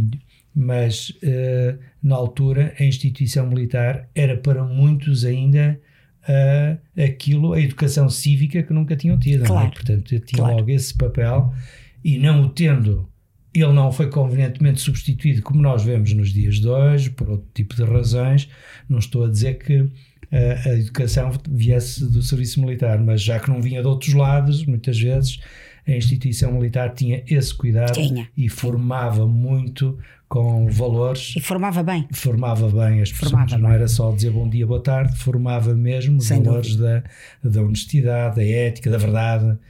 mas uh, na altura a instituição militar era para muitos ainda uh, aquilo, a educação cívica que nunca tinham tido, Claro. não é? Portanto, eu tinha Claro. logo esse papel, e não o tendo, ele não foi convenientemente substituído como nós vemos nos dias de hoje, por outro tipo de razões. Não estou a dizer que uh, a educação viesse do serviço militar, mas já que não vinha de outros lados, muitas vezes a instituição militar tinha esse cuidado Tinha. e formava muito com valores, E formava bem. formava bem as pessoas, Formava não bem. era só dizer bom dia, boa tarde, formava mesmo os Sem valores da, da honestidade, da ética, da verdade.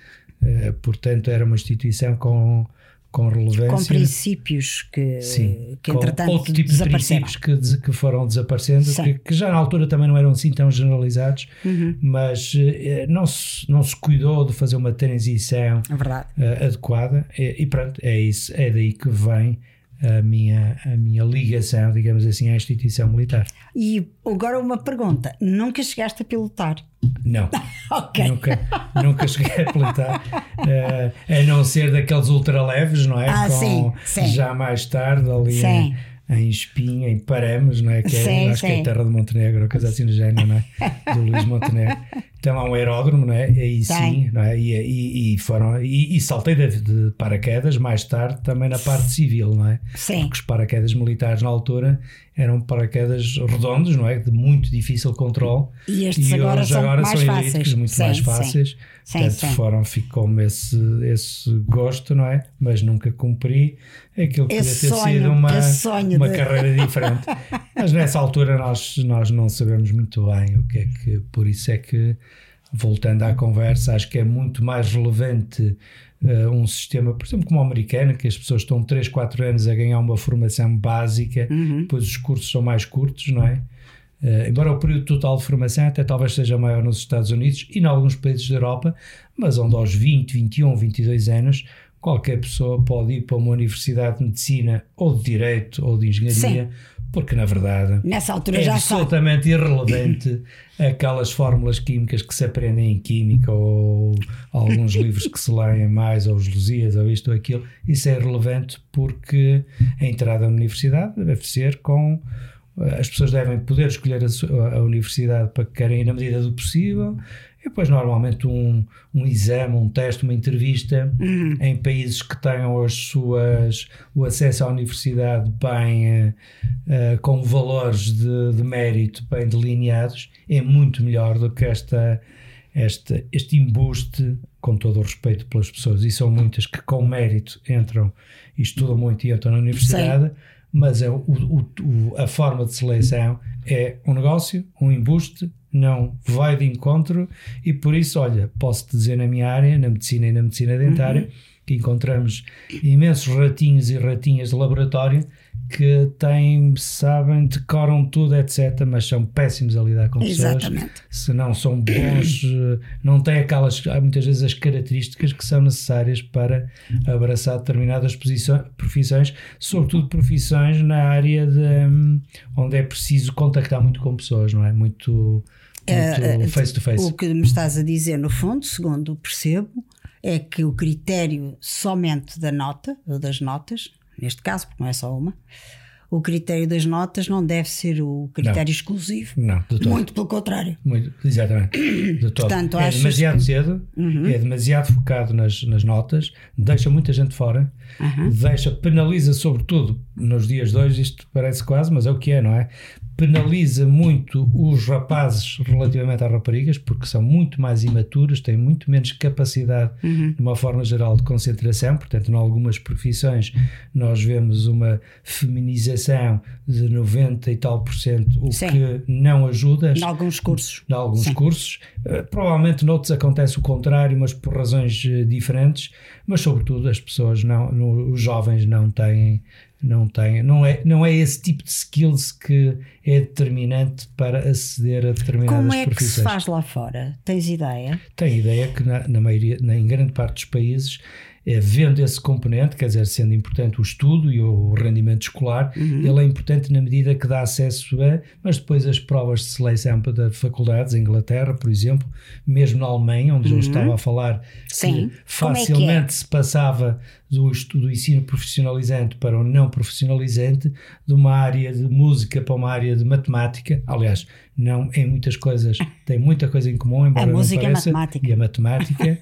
Uh, portanto, era uma instituição com, com relevância. Com princípios que, Sim, que entretanto, com outro tipo de princípios que, que foram desaparecendo, que, que já na altura também não eram assim tão generalizados, uhum. mas uh, não, se, não se cuidou de fazer uma transição é verdade. Uh, adequada. E, e pronto, é isso, é daí que vem a minha, a minha ligação, digamos assim, à instituição militar. E agora uma pergunta: nunca chegaste a pilotar? Não. Okay. nunca, nunca cheguei a pilotar, uh, a não ser daqueles ultraleves, não é? Ah, Com, sim, sim. Já mais tarde ali em, em Espinha, em Paremas, não é? Que é, sim, acho sim. que é a terra de Montenegro, coisa assim do género, não é? Do Luís Montenegro. Tem lá um aeródromo, não é? Aí sim, não é? E, e, e, foram, e, e saltei de, de paraquedas mais tarde também na parte civil, não é? Sim. Porque os paraquedas militares na altura eram paraquedas redondos, não é? De muito difícil controle. E estes e agora, são, agora mais são fáceis. elípticos, muito sim, mais fáceis. Sim. Portanto, sim, sim. foram, ficou-me esse, esse gosto, não é? Mas nunca cumpri aquilo que esse podia ter sonho, sido uma, uma de... carreira diferente. Mas nessa altura nós, nós não sabemos muito bem o que é que, por isso é que, voltando à conversa, acho que é muito mais relevante uh, um sistema, por exemplo, como o americano, que as pessoas estão três, quatro anos a ganhar uma formação básica, uhum. depois os cursos são mais curtos, não é? Uh, embora o período total de formação até talvez seja maior nos Estados Unidos e em alguns países da Europa, mas onde aos vinte, vinte e um, vinte e dois anos qualquer pessoa pode ir para uma universidade de medicina ou de direito ou de engenharia. Sim. Porque na verdade nessa altura é já absolutamente sabe. irrelevante aquelas fórmulas químicas que se aprendem em química ou alguns livros que se leem mais, ou os Lusíadas ou isto ou aquilo. Isso é irrelevante porque a entrada na universidade deve ser com... As pessoas devem poder escolher a, a universidade para que querem ir na medida do possível. E depois normalmente um, um exame, um teste, uma entrevista uhum. em países que tenham as suas, o acesso à universidade bem uh, uh, com valores de, de mérito bem delineados é muito melhor do que esta, esta, este embuste, com todo o respeito pelas pessoas, e são muitas que com mérito entram e estudam muito e entram na universidade. Sim. Mas é o, o, o, a forma de seleção é um negócio, um embuste, não vai de encontro, e por isso, olha, posso dizer na minha área, na medicina e na medicina dentária, uhum. que encontramos imensos ratinhos e ratinhas de laboratório que têm, sabem, decoram tudo, etcétera, mas são péssimos a lidar com pessoas. Exatamente. Se não são bons, não têm aquelas, muitas vezes, as características que são necessárias para abraçar determinadas posições, profissões, sobretudo profissões na área de, onde é preciso contactar muito com pessoas, não é? Muito, muito uh, face to face. O que me estás a dizer, no fundo, segundo percebo, é que o critério somente da nota, ou das notas, neste caso, porque não é só uma, o critério das notas não deve ser o critério não. exclusivo. Não, de todo. Muito pelo contrário. Muito, exatamente. De todo. Portanto, é demasiado que... cedo, uhum. é demasiado focado nas, nas notas, deixa muita gente fora, uhum. deixa, penaliza sobretudo nos dias de hoje, isto parece quase, mas é o que é, não é? Penaliza muito os rapazes relativamente às raparigas, porque são muito mais imaturos, têm muito menos capacidade, uhum. de uma forma geral, de concentração. Portanto, em algumas profissões nós vemos uma feminização de noventa e tal por cento, o Sim. que não ajuda. Em alguns cursos. Em alguns Sim. cursos. Uh, provavelmente noutros acontece o contrário, mas por razões uh, diferentes. Mas, sobretudo, as pessoas, não, no, os jovens não têm... Não, tem, não, é, não é esse tipo de skills que é determinante para aceder a determinadas Como é profissões. Que se faz lá fora? Tens ideia? Tenho ideia que na, na maioria, na, em grande parte dos países, é, vendo esse componente, quer dizer, sendo importante o estudo e o rendimento escolar, uhum. ele é importante na medida que dá acesso a, mas depois as provas de seleção para faculdades, em Inglaterra, por exemplo, mesmo na Alemanha, onde uhum. eu estava a falar, Sim. que facilmente é que é? se passava do, do ensino profissionalizante para o não profissionalizante, de uma área de música para uma área de matemática. Aliás, não, em muitas coisas tem muita coisa em comum, embora a música não pareça, e a matemática. E a matemática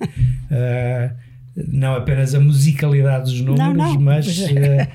uh, não apenas a musicalidade dos números, não, não. mas uh,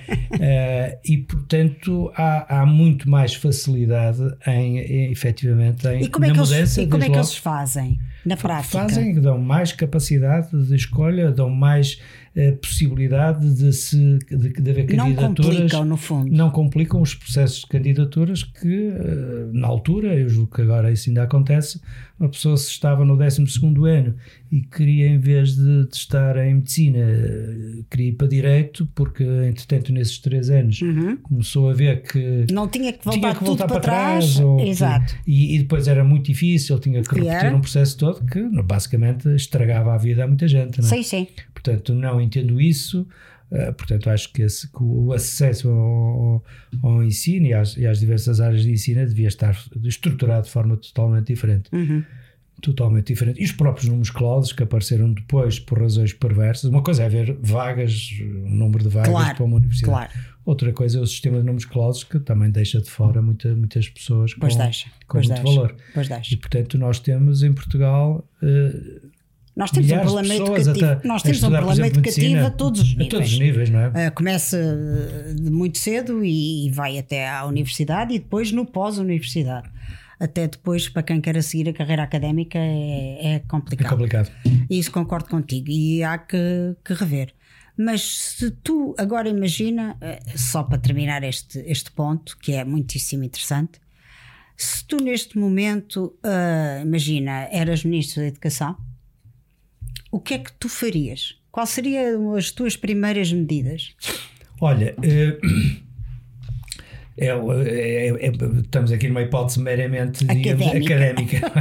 uh, e portanto há, há muito mais facilidade em, em efetivamente em, e como é na que mudança. Eles, e como é que logo. eles fazem? na prática. Fazem, dão mais capacidade de escolha, dão mais uh, possibilidade de, se, de, de haver candidaturas. Não complicam, no fundo. Não complicam os processos de candidaturas que, uh, na altura, eu julgo que agora isso ainda acontece, uma pessoa se estava no décimo segundo ano e queria, em vez de, de estar em medicina, queria ir para direito, porque, entretanto, nesses três anos, uhum. começou a ver que não tinha que voltar, tinha que voltar tudo para, para trás. trás Ou Exato. Que, e, e depois era muito difícil, tinha que repetir era? um processo todo que, basicamente, estragava a vida a muita gente. Não é? Sim, sim. Portanto, não entendo isso. Uh, portanto, acho que, esse, que o acesso ao, ao ensino e às, e às diversas áreas de ensino devia estar estruturado de forma totalmente diferente. Uhum. Totalmente diferente. E os próprios números clausos que apareceram depois por razões perversas. Uma coisa é haver vagas, um número de vagas claro, para uma universidade. Claro. Outra coisa é o sistema de números clausos que também deixa de fora muita, muitas pessoas com, pois deixa, com pois muito deixa, valor. Pois deixa. E portanto nós temos em Portugal... Uh, Nós temos um problema educativo, nós temos um problema educativo a todos os níveis. A todos os níveis, não é? Uh, começa de muito cedo e, e vai até à universidade e depois no pós-universidade. Até depois, para quem quer seguir a carreira académica, é, é complicado. É complicado. Isso concordo contigo e há que, que rever. Mas se tu agora imagina, só para terminar este, este ponto, que é muitíssimo interessante, se tu neste momento, uh, imagina, eras Ministro da Educação, o que é que tu farias? Quais seriam as tuas primeiras medidas? Olha, é, é, é, é, estamos aqui numa hipótese meramente académica, académica.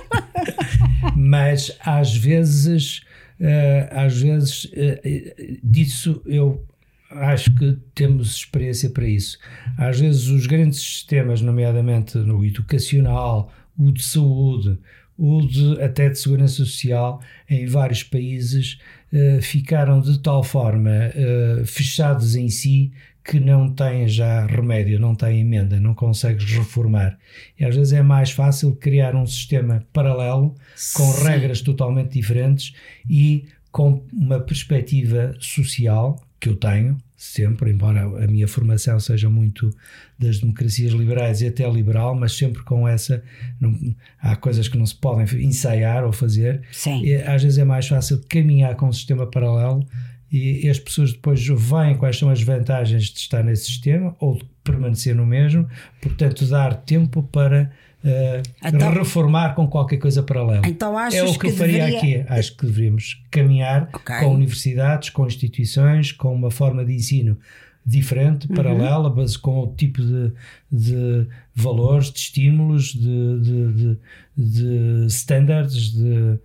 Mas às vezes, às vezes disso eu acho que temos experiência para isso. Às vezes os grandes sistemas, nomeadamente no educacional, o de saúde, o de, até de segurança social, em vários países uh, ficaram de tal forma uh, fechados em si que não têm já remédio, não têm emenda, não consegues reformar. E às vezes é mais fácil criar um sistema paralelo com Sim. regras totalmente diferentes e com uma perspectiva social que eu tenho sempre, embora a minha formação seja muito das democracias liberais e até liberal, mas sempre com essa, não, há coisas que não se podem ensaiar ou fazer. Sim. E, às vezes é mais fácil caminhar com um sistema paralelo e, e as pessoas depois veem quais são as vantagens de estar nesse sistema ou de permanecer no mesmo, portanto dar tempo para Uh, então, reformar com qualquer coisa paralela. Então achas é o que, que eu faria deveria... aqui. Acho que deveríamos caminhar okay. com universidades, com instituições, com uma forma de ensino diferente, uhum. paralela, mas com o tipo de, de valores, de estímulos, de, de, de, de standards, de,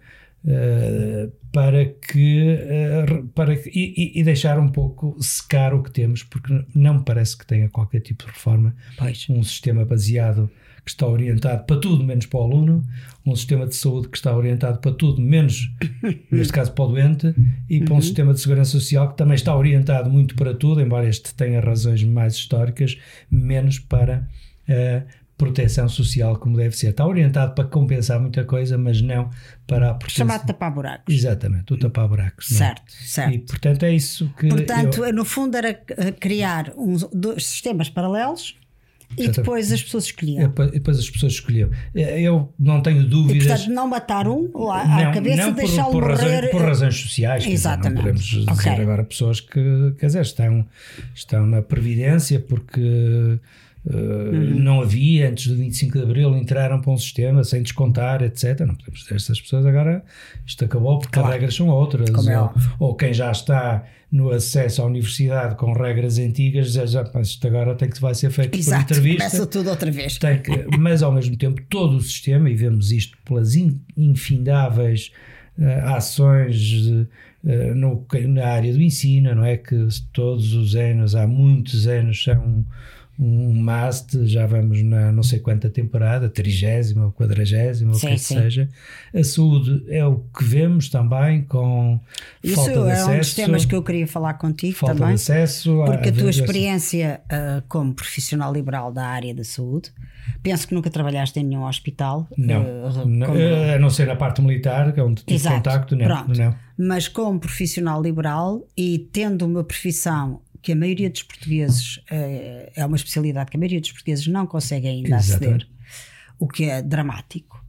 uh, para que, uh, para que e, e deixar um pouco secar o que temos, porque não me parece que tenha qualquer tipo de reforma. Pois. Um sistema baseado que está orientado para tudo menos para o aluno, um sistema de saúde que está orientado para tudo menos, neste caso para o doente, e para um uhum. sistema de segurança social que também está orientado muito para tudo, embora este tenha razões mais históricas, menos para a proteção social como deve ser. Está orientado para compensar muita coisa, mas não para a proteção. Chamado tapar buracos. Exatamente, o tapar buracos. Certo, não é? certo. E portanto é isso que... Portanto, eu... no fundo era criar uns, dois sistemas paralelos e depois as pessoas escolhiam. E depois as pessoas escolhiam. Eu não tenho dúvidas. E, portanto, não matar um lá à não, cabeça não e deixá-lo morrer. Razões, por razões sociais. Exatamente. Não podemos dizer okay. agora pessoas que, quer dizer, estão, estão na Previdência porque uh, uhum. não havia, antes do vinte e cinco de Abril, entraram para um sistema sem descontar, etcétera. Não podemos dizer essas pessoas agora, isto acabou porque claro. as regras são outras. É ou, ou quem já está no acesso à universidade com regras antigas, já, já, isto agora tem que vai ser feito Exato, por entrevista. Começa tudo outra vez. Tem que, mas ao mesmo tempo todo o sistema, e vemos isto pelas in, infindáveis uh, ações uh, no, na área do ensino, não é? Que todos os anos, há muitos anos, são um must, já vamos na não sei quanta temporada, trigésima ou quadragésima, o que que seja. A saúde é o que vemos também com Isso falta de acesso. Isso é um dos temas que eu queria falar contigo falta também. De acesso. Porque a, a tua vezes, experiência uh, como profissional liberal da área da saúde, penso que nunca trabalhaste em nenhum hospital. Não, uh, não como... a não ser na parte militar, que é onde tive Exato, contacto, não, pronto. não. Mas como profissional liberal e tendo uma profissão que a maioria dos portugueses é, é uma especialidade que a maioria dos portugueses não consegue ainda Exatamente. aceder, o que é dramático.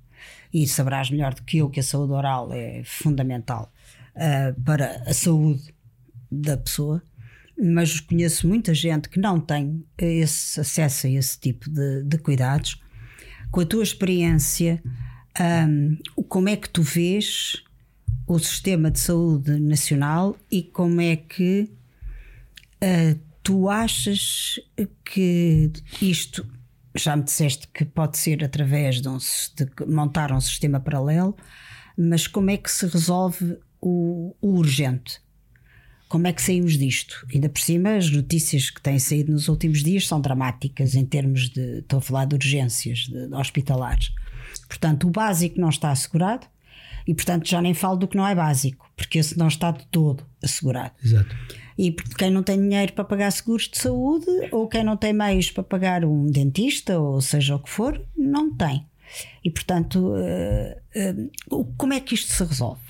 e saberás melhor do que eu que a saúde oral é fundamental uh, para a saúde da pessoa, mas conheço muita gente que não tem esse acesso a esse tipo de, de cuidados. Com a tua experiência, um, como é que tu vês o sistema de saúde nacional e como é que uh, tu achas que isto, já me disseste que pode ser através de, um, de montar um sistema paralelo, mas como é que se resolve o, o urgente? Como é que saímos disto? Ainda por cima, as notícias que têm saído nos últimos dias são dramáticas em termos de, estou a falar de urgências, de, de hospitalares. Portanto, o básico não está assegurado e, portanto, já nem falo do que não é básico, porque esse não está de todo assegurado. Exato. E quem não tem dinheiro para pagar seguros de saúde, ou quem não tem meios para pagar um dentista, ou seja o que for, não tem. E, portanto, uh, uh, como é que isto se resolve?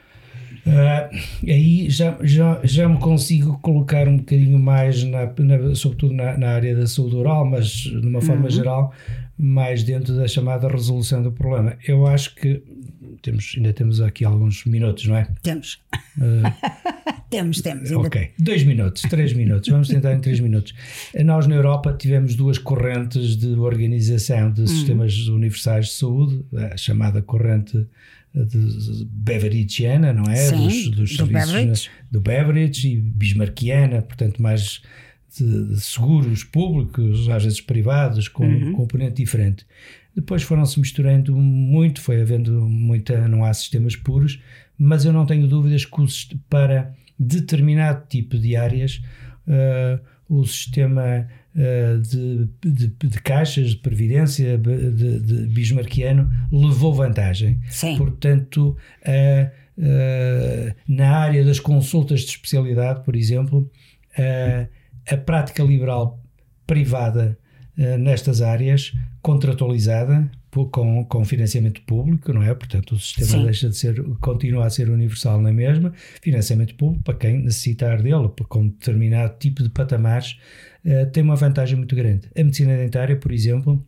Uh, aí já, já, já me consigo colocar um bocadinho mais, na, na, sobretudo na, na área da saúde oral, mas de uma forma uhum. geral, mais dentro da chamada resolução do problema. Eu acho que temos, ainda temos aqui alguns minutos, não é? Temos. Uh, temos, temos. Ainda... Ok, dois minutos, três minutos, vamos tentar em três minutos. Nós na Europa tivemos duas correntes de organização de sistemas uhum. universais de saúde, a chamada corrente de Beverigiana, não é? Sim, dos, dos do serviços Beveridge. do Beveridge e Bismarckiana, portanto mais de, de seguros públicos, às vezes privados, com uhum. um componente diferente. Depois foram-se misturando muito, foi havendo muita, não há sistemas puros, mas eu não tenho dúvidas que para determinado tipo de áreas uh, o sistema uh, de, de, de caixas de previdência de, de Bismarckiano levou vantagem. Sim. Portanto, uh, uh, na área das consultas de especialidade, por exemplo, uh, a prática liberal privada uh, nestas áreas, contratualizada, Com, com financiamento público, não é? Portanto, o sistema Sim. deixa de ser, continua a ser universal na mesma, financiamento público para quem necessitar dele, com determinado tipo de patamares, uh, tem uma vantagem muito grande. A medicina dentária, por exemplo,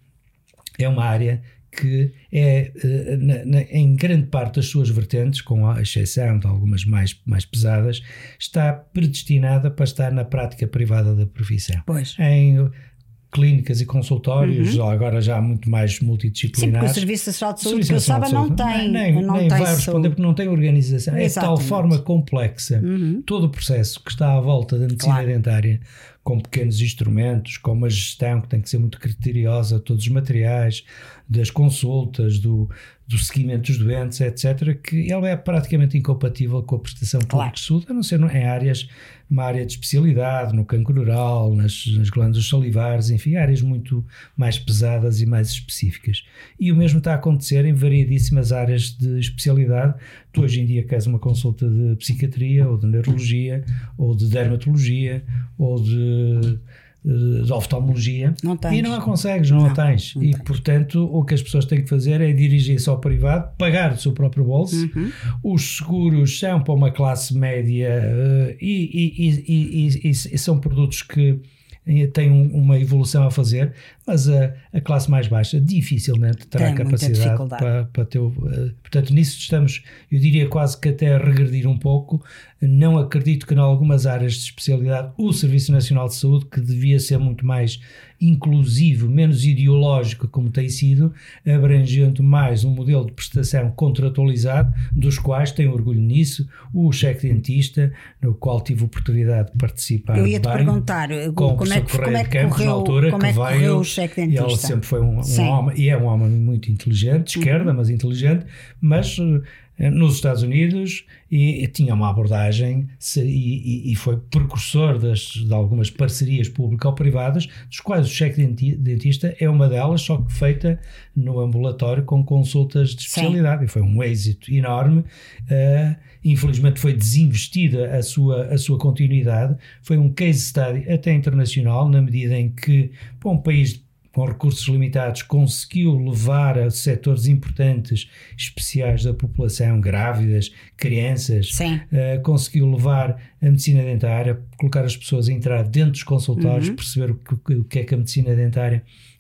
é uma área que é, uh, na, na, em grande parte das suas vertentes, com a exceção de algumas mais, mais pesadas, está predestinada para estar na prática privada da profissão. Pois. Em clínicas e consultórios, uhum. agora já muito mais multidisciplinares. Sim, porque o Serviço Nacional de Saúde, que eu saiba, não tem. Nem, não nem tem vai responder saúde. Porque não tem organização. Exatamente. É de tal forma complexa uhum. todo o processo que está à volta da medicina claro. dentária, com pequenos instrumentos, com uma gestão que tem que ser muito criteriosa, todos os materiais, das consultas, do, do seguimento dos doentes, etcétera, que ele é praticamente incompatível com a prestação pública claro. de saúde, a não ser em áreas, uma área de especialidade, no cancro oral, nas, nas glândulas salivares, enfim, áreas muito mais pesadas e mais específicas. E o mesmo está a acontecer em variedíssimas áreas de especialidade. Tu hoje em dia queres uma consulta de psiquiatria, ou de neurologia, ou de dermatologia, ou de... de oftalmologia não tens. E não a consegues, não, não a tens. Não e, tens. Portanto, o que as pessoas têm que fazer é dirigir-se ao privado, pagar do seu próprio bolso. Uhum. Os seguros são para uma classe média uh, e, e, e, e, e são produtos que têm uma evolução a fazer, mas a, a classe mais baixa dificilmente terá tem capacidade para, para ter. Uh, portanto, nisso estamos, eu diria quase que até a regredir um pouco. Não acredito que em algumas áreas de especialidade o Serviço Nacional de Saúde, que devia ser muito mais inclusivo, menos ideológico como tem sido, abrangendo mais um modelo de prestação contratualizado, dos quais tenho orgulho nisso, o cheque dentista, no qual tive a oportunidade de participar. Eu ia-te bem, perguntar como é que, como é que Campos, correu, altura, como é que veio, correu o cheque dentista. Ele sempre foi um, um homem, e é um homem muito inteligente, de esquerda, uhum. mas inteligente, mas nos Estados Unidos, e, e tinha uma abordagem se, e, e foi precursor das, de algumas parcerias público-privadas, dos quais o cheque dentista é uma delas, só que feita no ambulatório com consultas de especialidade. Sim. E foi um êxito enorme. Uh, infelizmente foi desinvestida a sua, a sua continuidade. Foi um case study até internacional, na medida em que, para um país com recursos limitados, conseguiu levar a setores importantes, especiais da população, grávidas, crianças, uh, conseguiu levar a medicina dentária, colocar as pessoas a entrar dentro dos consultórios, uhum. perceber o que, o que é que a medicina dentária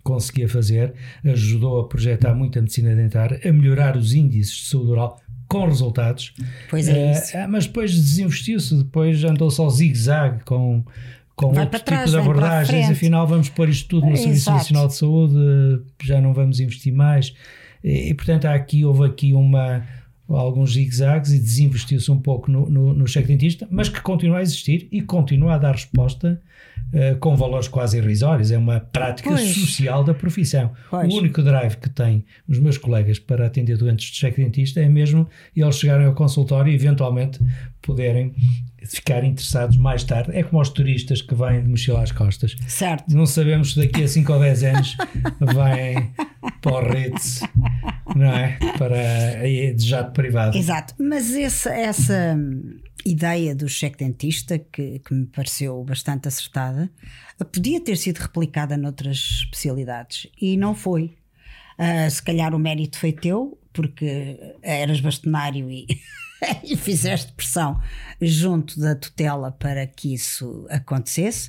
conseguia fazer, ajudou a projetar muito a medicina dentária, a melhorar os índices de saúde oral com resultados. Pois é isso. Uh, mas depois desinvestiu-se, depois andou só zigue-zague com, com outro trás, tipo de abordagens, afinal vamos pôr isto tudo no Serviço Exato. Nacional de Saúde, já não vamos investir mais. E, e portanto há aqui, houve aqui uma, alguns zigue-zagues e desinvestiu-se um pouco no, no, no cheque dentista, mas que continua a existir e continua a dar resposta uh, com valores quase irrisórios. É uma prática pois. social da profissão. Pois. O único drive que têm os meus colegas para atender doentes de cheque dentista é mesmo eles chegarem ao consultório e eventualmente poderem ficar interessados mais tarde. É como os turistas que vêm de mochila às costas. Certo. Não sabemos se daqui a cinco ou dez anos vêm para o Ritz, não é? Para de jato privado. Exato. Mas esse, essa ideia do cheque dentista, que, que me pareceu bastante acertada, podia ter sido replicada noutras especialidades e não foi. Uh, se calhar o mérito foi teu, porque eras bastonário e, e fizeste pressão junto da tutela para que isso acontecesse,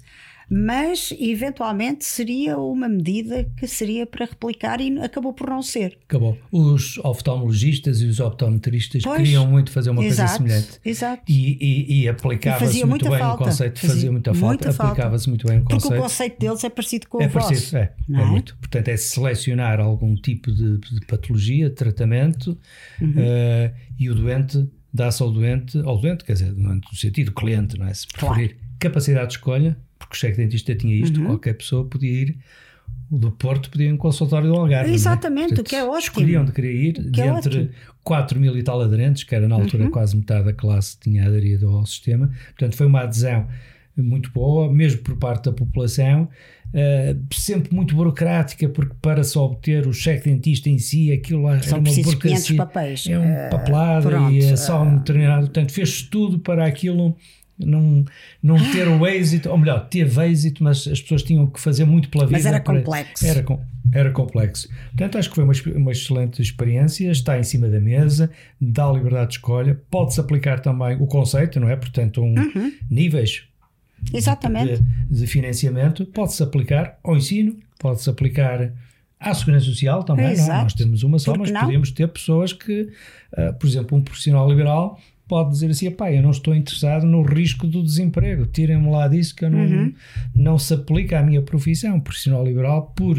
mas eventualmente seria uma medida que seria para replicar e acabou por não ser. Acabou. Os oftalmologistas e os optometristas pois, queriam muito fazer uma exato, coisa semelhante. Exato. E, e, e aplicava-se muito bem falta. o conceito, fazia, fazia muita falta, aplicava-se muito bem o conceito. Porque o conceito deles é parecido com é o vosso. Parecido, é, é, é muito. Portanto, é selecionar algum tipo de, de patologia, de tratamento, uhum. uh, e o doente dá-se ao doente, ao doente, quer dizer, no sentido cliente, não é? Se preferir, claro. Capacidade de escolha, porque o cheque dentista tinha isto, uhum. qualquer pessoa podia ir, o do Porto podia ir a um consultório do Algarve. Exatamente, Portanto, o que é ótimo. Escolhiam onde queria ir, de é entre ótimo. quatro mil e tal aderentes, que era na altura uhum. quase metade da classe tinha aderido ao sistema. Portanto, foi uma adesão muito boa, mesmo por parte da população, uh, sempre muito burocrática, porque para se obter o cheque dentista em si, aquilo lá são era uma precisos burocracia, quinhentos papéis. é um papelado uh, e é só um determinado. Portanto, fez tudo para aquilo não, não ter o êxito, ou melhor, teve êxito, mas as pessoas tinham que fazer muito pela vida. Mas era para, complexo. Era, era complexo. Portanto, acho que foi uma, uma excelente experiência, está em cima da mesa, dá liberdade de escolha, pode-se aplicar também o conceito, não é? Portanto, um, uhum. níveis Exatamente. De, de financiamento, pode-se aplicar ao ensino, pode-se aplicar à segurança social também, não? Nós temos uma só, mas não? Podemos ter pessoas que, uh, por exemplo, um profissional liberal pode dizer assim, pá, eu não estou interessado no risco do desemprego, tirem-me lá disso que eu não, uhum. não se aplica à minha profissão. Profissional liberal, por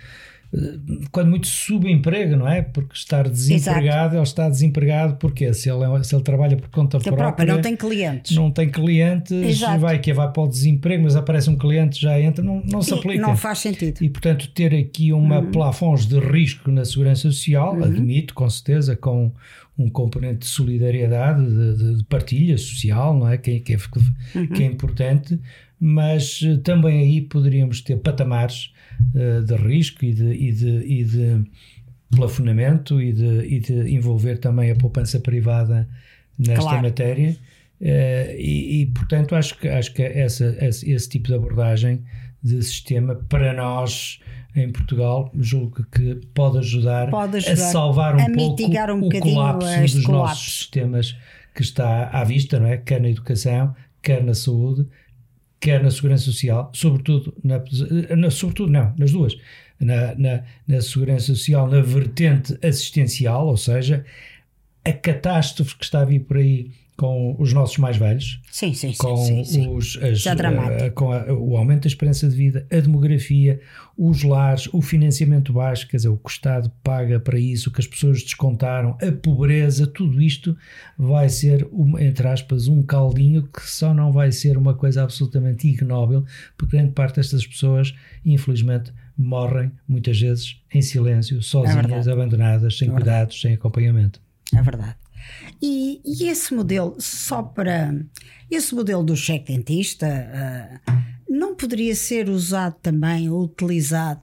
quando muito subemprego, não é? Porque estar desempregado, Exato. Ele está desempregado porque se ele, se ele trabalha por conta própria, própria, não tem clientes, não tem clientes, Exato. vai que vai para o desemprego, mas aparece um cliente, já entra, não, não se aplica. Não faz sentido. E portanto ter aqui uma uhum. plafons de risco na segurança social, uhum. admito com certeza, com um componente de solidariedade, de, de partilha social, não é? Que, que, é, uhum. que é importante, mas também aí poderíamos ter patamares uh, de risco e de, e de, e de plafonamento e de, e de envolver também a poupança privada nesta claro. matéria. Uh, e, e portanto acho que, acho que essa, esse, esse tipo de abordagem de sistema para nós em Portugal julgo que pode ajudar, pode ajudar a salvar um a pouco um o colapso dos colapso. nossos sistemas que está à vista, não é? Quer na educação, quer na saúde, quer na segurança social, sobretudo, na, na, sobretudo não, nas duas, na, na, na segurança social, na vertente assistencial, ou seja, a catástrofe que está a vir por aí com os nossos mais velhos, sim, sim, com, sim, sim, os, as, uh, com a, o aumento da esperança de vida, a demografia, os lares, o financiamento baixo, quer dizer, o que o Estado paga para isso, o que as pessoas descontaram, a pobreza, tudo isto vai ser, um, entre aspas, um caldinho que só não vai ser uma coisa absolutamente ignóbil, porque grande parte destas pessoas, infelizmente, morrem muitas vezes em silêncio, sozinhas, é abandonadas, sem é cuidados, sem acompanhamento. É verdade. E, e esse modelo, só para esse modelo do cheque dentista, uh, não poderia ser usado também ou utilizado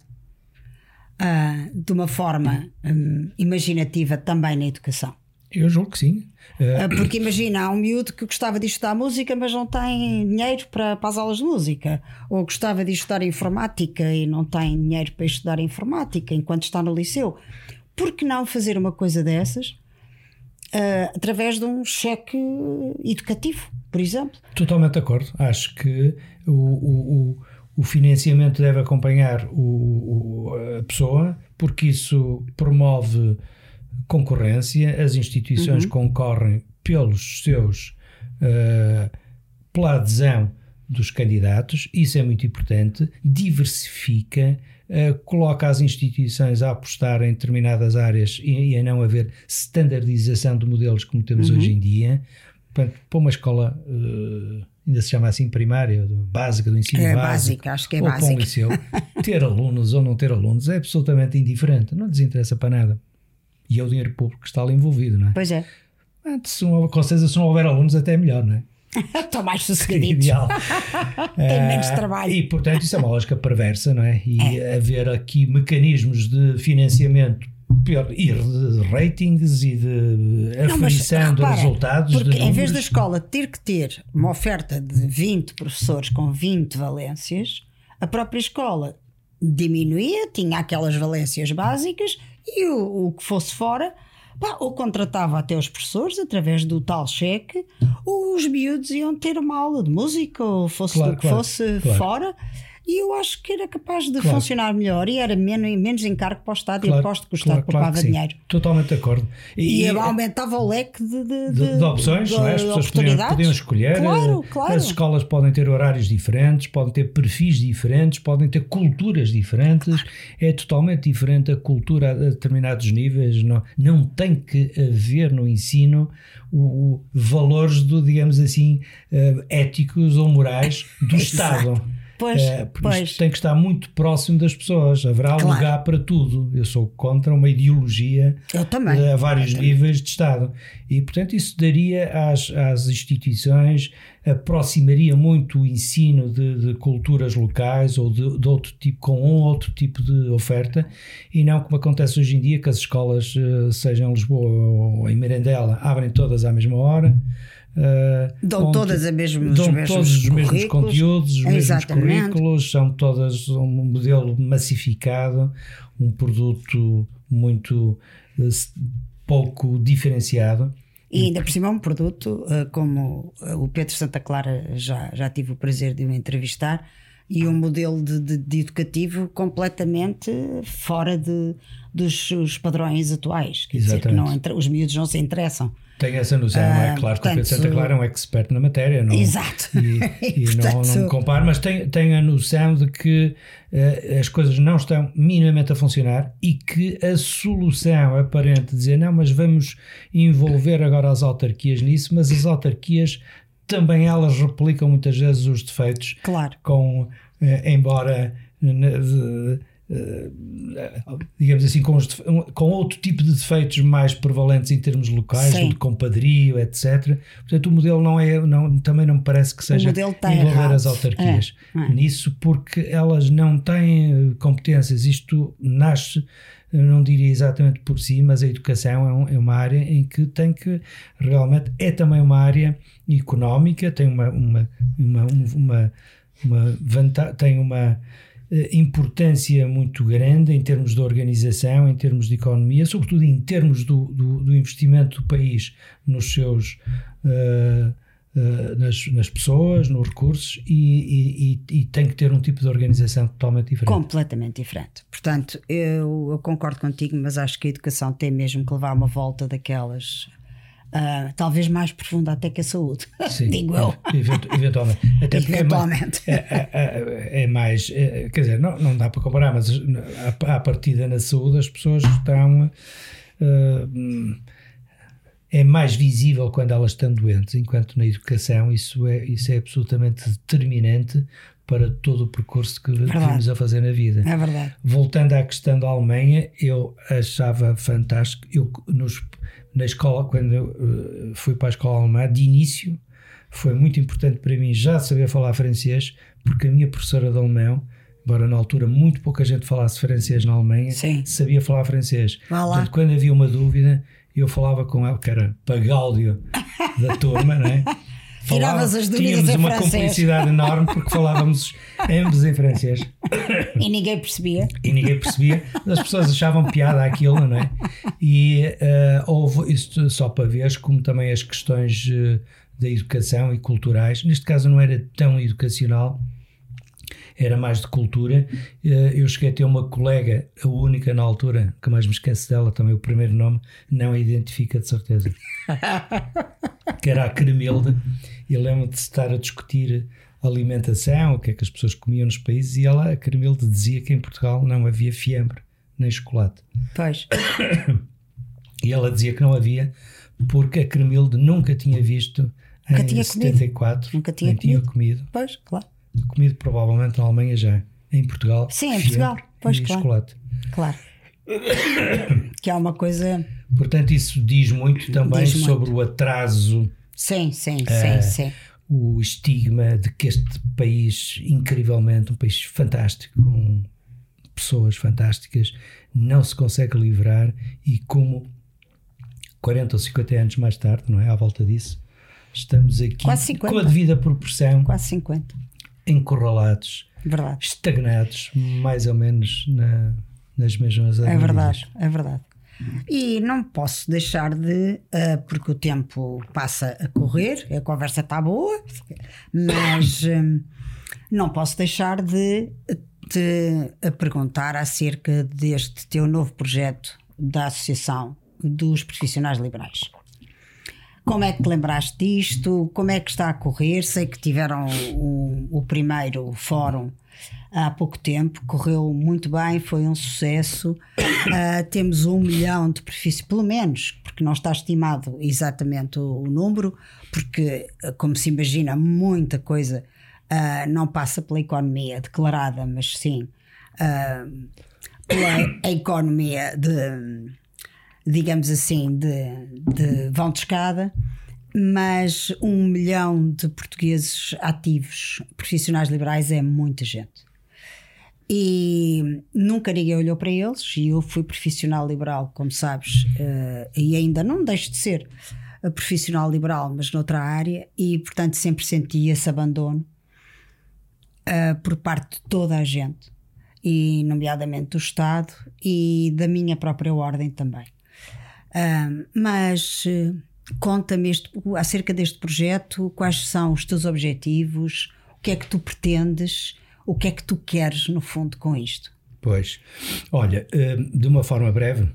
uh, de uma forma um, imaginativa também na educação? Eu julgo que sim. Uh, porque imagina, há um miúdo que gostava de estudar música, mas não tem dinheiro para, para as aulas de música, ou gostava de estudar informática e não tem dinheiro para estudar informática enquanto está no liceu. Por que não fazer uma coisa dessas? Uh, através de um cheque educativo, por exemplo. Totalmente de acordo. Acho que o, o, o financiamento deve acompanhar o, o, a pessoa, porque isso promove concorrência, as instituições uhum. concorrem pelos seus, uh, pela adesão dos candidatos, isso é muito importante, diversifica, uh, coloca as instituições a apostar em determinadas áreas e, e a não haver standardização de modelos como temos uhum. hoje em dia. Portanto, para uma escola, uh, ainda se chama assim primária, básica, do ensino é básico, básica, acho que é ou básica. para um liceu, ter alunos ou não ter alunos é absolutamente indiferente, não lhes interessa para nada. E é o dinheiro público que está ali envolvido, não é? Pois é. Se não, com certeza, se não houver alunos, até é melhor, não é? Estão mais sossegaditos. Ideal. Tem menos trabalho. E, portanto, isso é uma lógica perversa, não é? E é. haver aqui mecanismos de financiamento e de ratings e de aferição de resultados. Porque de em vez da escola ter que ter uma oferta de vinte professores com vinte valências, a própria escola diminuía, tinha aquelas valências básicas e o, o que fosse fora, pá, ou contratava até os professores através do tal cheque, ou os miúdos iam ter uma aula de música ou fosse claro, do que claro, fosse claro. fora. E eu acho que era capaz de claro. funcionar melhor e era menos, menos encargo para o Estado claro, e aposto que o Estado claro, poupava claro dinheiro. Totalmente de acordo. E, e aumentava o leque de, de, de, de opções, de, não é? As pessoas podiam, podiam escolher. Claro, claro. As escolas podem ter horários diferentes, podem ter perfis diferentes, podem ter culturas diferentes. Claro. É totalmente diferente a cultura a determinados níveis. Não, não tem que haver no ensino o, o valores, do, digamos assim, uh, éticos ou morais do Estado. Pois, é, pois. Isto tem que estar muito próximo das pessoas. Haverá claro. lugar para tudo. Eu sou contra uma ideologia Eu também. a vários Eu níveis também. de Estado. E, portanto, isso daria às, às instituições, aproximaria muito o ensino de, de culturas locais ou de, de outro tipo, com um outro tipo de oferta, e não como acontece hoje em dia, que as escolas, sejam em Lisboa ou em Mirandela, abrem todas à mesma hora. Uh, dão todas a mesmos, dão os mesmos todos os mesmos conteúdos, os mesmos Exatamente. currículos, são todas um modelo massificado, um produto muito uh, pouco diferenciado. E ainda por cima é um produto, uh, como o Pedro Santa Clara já, já tive o prazer de o entrevistar, e um modelo de, de, de educativo completamente fora de, dos os padrões atuais. Quer dizer, que não entra, os miúdos não se interessam. Tem essa noção, ah, não é? Claro, que o Pedro Santa Clara é um expert na matéria, não, exato. E, e portanto, não, não me comparo, mas tem, tem a noção de que uh, as coisas não estão minimamente a funcionar e que a solução aparente de dizer não, mas vamos envolver agora as autarquias nisso, mas as autarquias também elas replicam muitas vezes os defeitos, claro. com, uh, embora uh, uh, digamos assim, com, os, com outro tipo de defeitos mais prevalentes em termos locais, o de compadrio, etcétera. Portanto, o modelo não é, não, também não me parece que seja envolver errado. as autarquias é, é. nisso, porque elas não têm competências. Isto nasce, eu não diria exatamente por si, mas a educação é, um, é uma área em que tem que realmente, é também uma área económica, tem uma, uma, uma, uma, uma vantagem, tem uma importância muito grande em termos de organização, em termos de economia, sobretudo em termos do, do, do investimento do país nos seus uh, uh, nas, nas pessoas, nos recursos, e, e, e tem que ter um tipo de organização totalmente diferente. Completamente diferente. Portanto, eu, eu concordo contigo, mas acho que a educação tem mesmo que levar uma volta daquelas... Uh, talvez mais profunda até que a saúde. Sim, digo eu. Eventualmente. Até eventualmente. É, é, é, é mais, é, quer dizer, não, não dá para comparar, mas à partida na saúde as pessoas estão. Uh, é mais visível quando elas estão doentes, enquanto na educação isso é, isso é absolutamente determinante para todo o percurso que vimos a fazer na vida. É verdade. Voltando à questão da Alemanha, eu achava fantástico. Eu, nos, na escola, quando eu uh, fui para a escola alemã, de início, foi muito importante para mim já saber falar francês, porque a minha professora de alemão, embora na altura muito pouca gente falasse francês na Alemanha, sim, sabia falar francês. Portanto, quando havia uma dúvida, eu falava com ela, que era pagáudio da turma, não é? Tiravas as dúvidas tínhamos em uma francês. Cumplicidade enorme porque falávamos ambos em francês. E ninguém percebia. E ninguém percebia. As pessoas achavam piada aquilo, não é? E uh, houve isto só para ver como também as questões uh, da educação e culturais. Neste caso não era tão educacional. era mais de cultura. Eu cheguei a ter uma colega, a única na altura, que mais me esqueço dela, também o primeiro nome, não a identifica de certeza, que era a Cremilde, e lembro-me de estar a discutir alimentação, o que é que as pessoas comiam nos países, e ela, a Cremilde, dizia que em Portugal não havia fiambre, nem chocolate. Pois. E ela dizia que não havia, porque a Cremilde nunca tinha visto nunca em tinha setenta e quatro, comido. Nunca tinha nem comido. tinha comido. Pois, claro. Comido provavelmente na Alemanha já. Em Portugal. Sim, em Portugal. Pois, e claro. chocolate. Claro. Que é uma coisa. Portanto, isso diz muito também Diz muito. sobre o atraso. Sim, sim, uh, sim, sim. O estigma de que este país, incrivelmente, um país fantástico, com pessoas fantásticas, não se consegue livrar, e como quarenta ou cinquenta anos mais tarde, não é? À volta disso, estamos aqui com a devida proporção, quase cinquenta, encurralados, verdade, estagnados, mais ou menos na, nas mesmas é armadilhas. verdade, é verdade. E não posso deixar de, uh, porque o tempo passa a correr, a conversa está boa, mas um, não posso deixar de te perguntar acerca deste teu novo projeto da Associação dos Profissionais Liberais. Como é que te lembraste disto? Como é que está a correr? Sei que tiveram o, o primeiro fórum há pouco tempo, correu muito bem, foi um sucesso. Uh, temos um milhão de profissionais, pelo menos, porque não está estimado exatamente o, o número, porque, como se imagina, muita coisa uh, não passa pela economia declarada, mas sim uh, pela economia de, digamos assim, de, de vão de escada. Mas um milhão de portugueses ativos, profissionais liberais, é muita gente. E nunca ninguém olhou para eles, e eu fui profissional liberal, como sabes, uh, e ainda não deixo de ser profissional liberal, mas noutra área, e portanto sempre senti esse abandono uh, por parte de toda a gente, e nomeadamente do Estado e da minha própria ordem também. Uh, mas... Uh, Conta-me este, acerca deste projeto, quais são os teus objetivos, o que é que tu pretendes, o que é que tu queres no fundo com isto? Pois, olha, de uma forma breve,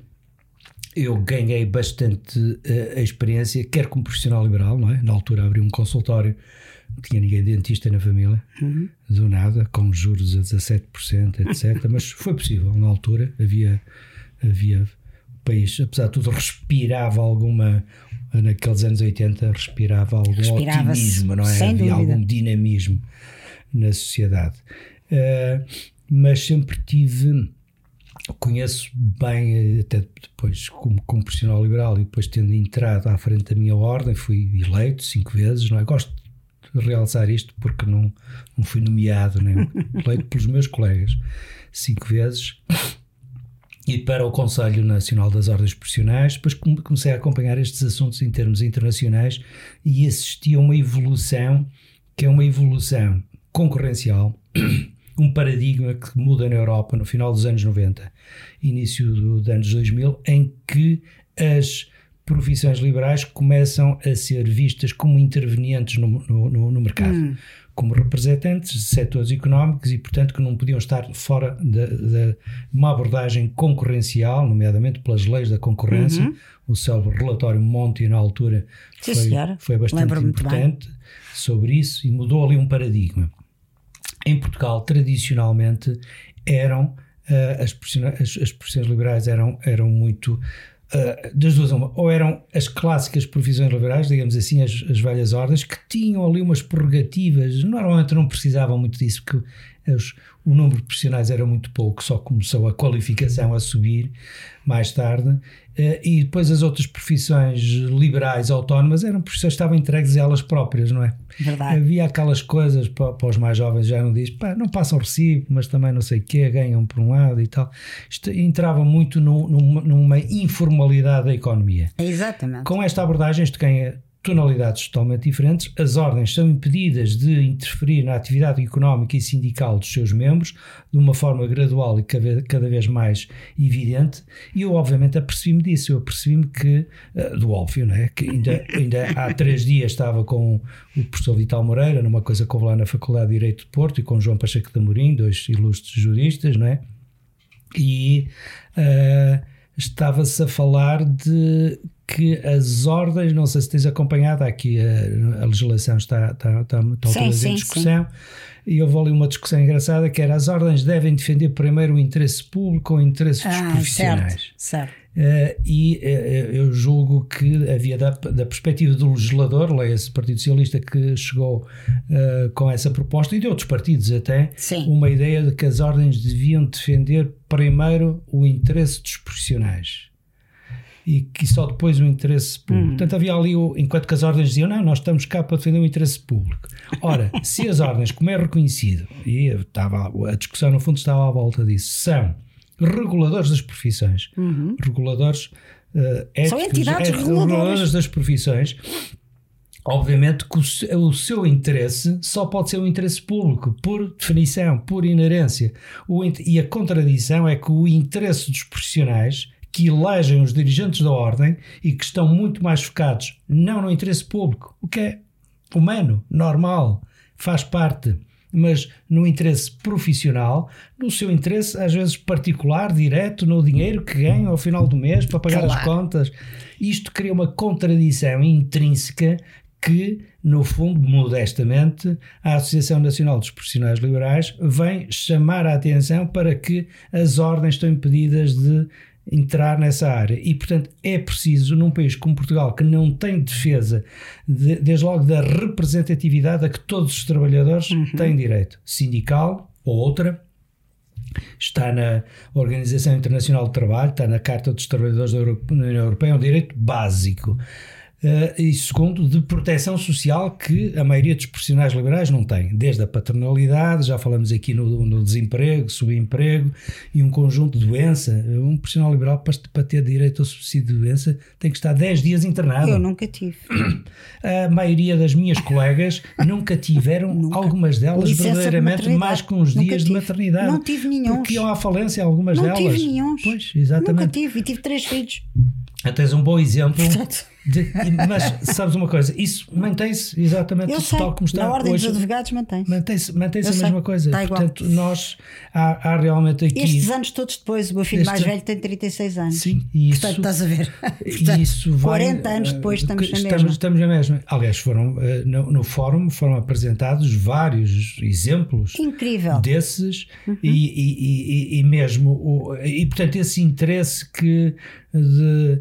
eu ganhei bastante a experiência, quer como profissional liberal, não é? Na altura abri um consultório, não tinha ninguém dentista na família, uhum. do nada, com juros a dezassete por cento, etcétera. Mas foi possível, na altura havia, havia o país, apesar de tudo, respirava alguma... Naqueles anos oitenta respirava algum otimismo, não é? Sem Havia dúvida. algum dinamismo na sociedade. Uh, mas sempre tive, conheço bem, até depois como, como profissional liberal, e depois tendo entrado à frente da minha ordem, fui eleito cinco vezes, não é? Gosto de realçar isto porque não, não fui nomeado, nem eleito pelos meus colegas cinco vezes. E para o Conselho Nacional das Ordens Profissionais, depois comecei a acompanhar estes assuntos em termos internacionais, e assisti a uma evolução, que é uma evolução concorrencial, um paradigma que muda na Europa no final dos anos noventa, início dos anos dois mil, em que as profissões liberais começam a ser vistas como intervenientes no, no, no mercado. Hum. Como representantes de setores económicos, e portanto que não podiam estar fora de, de uma abordagem concorrencial, nomeadamente pelas leis da concorrência. Uhum. O célebre relatório Monti na altura Sim, foi, foi bastante Lembro-me importante sobre isso, e mudou ali um paradigma. Em Portugal, tradicionalmente, eram uh, as, as, as profissões liberais eram, eram muito... Uh, das duas uma, ou eram as clássicas profissões liberais, digamos assim, as, as velhas ordens, que tinham ali umas prerrogativas, normalmente não precisavam muito disso, porque os, o número de profissionais era muito pouco, só começou a qualificação a subir mais tarde, uh, e depois as outras profissões liberais autónomas eram profissões que estavam entregues a elas próprias, não é? Verdade. Havia aquelas coisas para, para os mais jovens, já não diz, pá, não passam recibo, mas também não sei o quê, ganham por um lado e tal. Isto entrava muito no, numa, numa informalidade da economia. Exatamente. Com esta abordagem isto ganha tonalidades totalmente diferentes. As ordens são impedidas de interferir na atividade económica e sindical dos seus membros de uma forma gradual e cada vez mais evidente, e eu obviamente apercebi-me disso. Eu apercebi-me que, do óbvio, não é? Que ainda, ainda há três dias estava com o professor Vital Moreira numa coisa que houve lá na Faculdade de Direito de Porto e com João Pacheco de Amorim, dois ilustres juristas, não é? E uh, estava-se a falar de que as ordens, não sei se tens acompanhado, aqui a, a legislação está, está, está, está sim, sim, em discussão, sim. E houve ali uma discussão engraçada que era: as ordens devem defender primeiro o interesse público ou o interesse dos ah, profissionais. Certo, certo. Uh, e uh, eu julgo que havia da, da perspectiva do legislador, leia-se Partido Socialista, que chegou uh, com essa proposta, e de outros partidos até, sim, uma ideia de que as ordens deviam defender primeiro o interesse dos profissionais e que só depois o interesse público. Hum. Portanto, havia ali, o, enquanto que as ordens diziam: não, nós estamos cá para defender o interesse público. Ora, se as ordens, como é reconhecido, e estava, a discussão no fundo estava à volta disso, são reguladores das profissões, uhum. reguladores uh, éticos, são entidades é, reguladoras. reguladoras das profissões. Obviamente que o, o seu interesse só pode ser o interesse público, por definição, por inerência. O, e a contradição é que o interesse dos profissionais que elegem os dirigentes da ordem e que estão muito mais focados não no interesse público, o que é humano, normal, faz parte, mas no interesse profissional, no seu interesse às vezes particular, direto, no dinheiro que ganham ao final do mês para pagar claro. as contas. Isto cria uma contradição intrínseca que, no fundo, modestamente, a Associação Nacional dos Profissionais Liberais vem chamar a atenção para que as ordens estão impedidas de entrar nessa área. E, portanto, é preciso, num país como Portugal, que não tem defesa, de, desde logo, da representatividade a que todos os trabalhadores uhum. têm direito, sindical ou outra, está na Organização Internacional do Trabalho, está na Carta dos Trabalhadores da União Europeia, é um direito básico. Uh, e segundo, de proteção social, que a maioria dos profissionais liberais não tem, desde a paternalidade, já falamos aqui no, no desemprego, subemprego e um conjunto de doença. Um profissional liberal, para, para ter direito ao subsídio de doença, tem que estar dez dias internado. Eu nunca tive. A maioria das minhas colegas nunca tiveram, nunca. Algumas delas licença verdadeiramente de mais que uns nunca dias tive. de maternidade. Não tive nenhum. Porque iam à falência algumas não delas. Não tive nenhum. Pois, exatamente. Nunca tive, e tive três filhos. Tens um bom exemplo. Portanto, de, mas sabes uma coisa, isso mantém-se exatamente eu sei, tal como está na ordem hoje. dos advogados mantém-se. Mantém-se, mantém-se a sei, mesma coisa. Está Portanto, igual. nós há, há realmente aqui. Estes anos todos depois, o meu filho este, mais velho tem trinta e seis anos. Sim, e isso, portanto, estás a ver. Portanto, isso vai, quarenta anos depois estamos na estamos, mesma. Estamos na mesma. Aliás, foram, no, no fórum foram apresentados vários exemplos incrível desses uhum. e, e, e, e mesmo o, e portanto esse interesse que de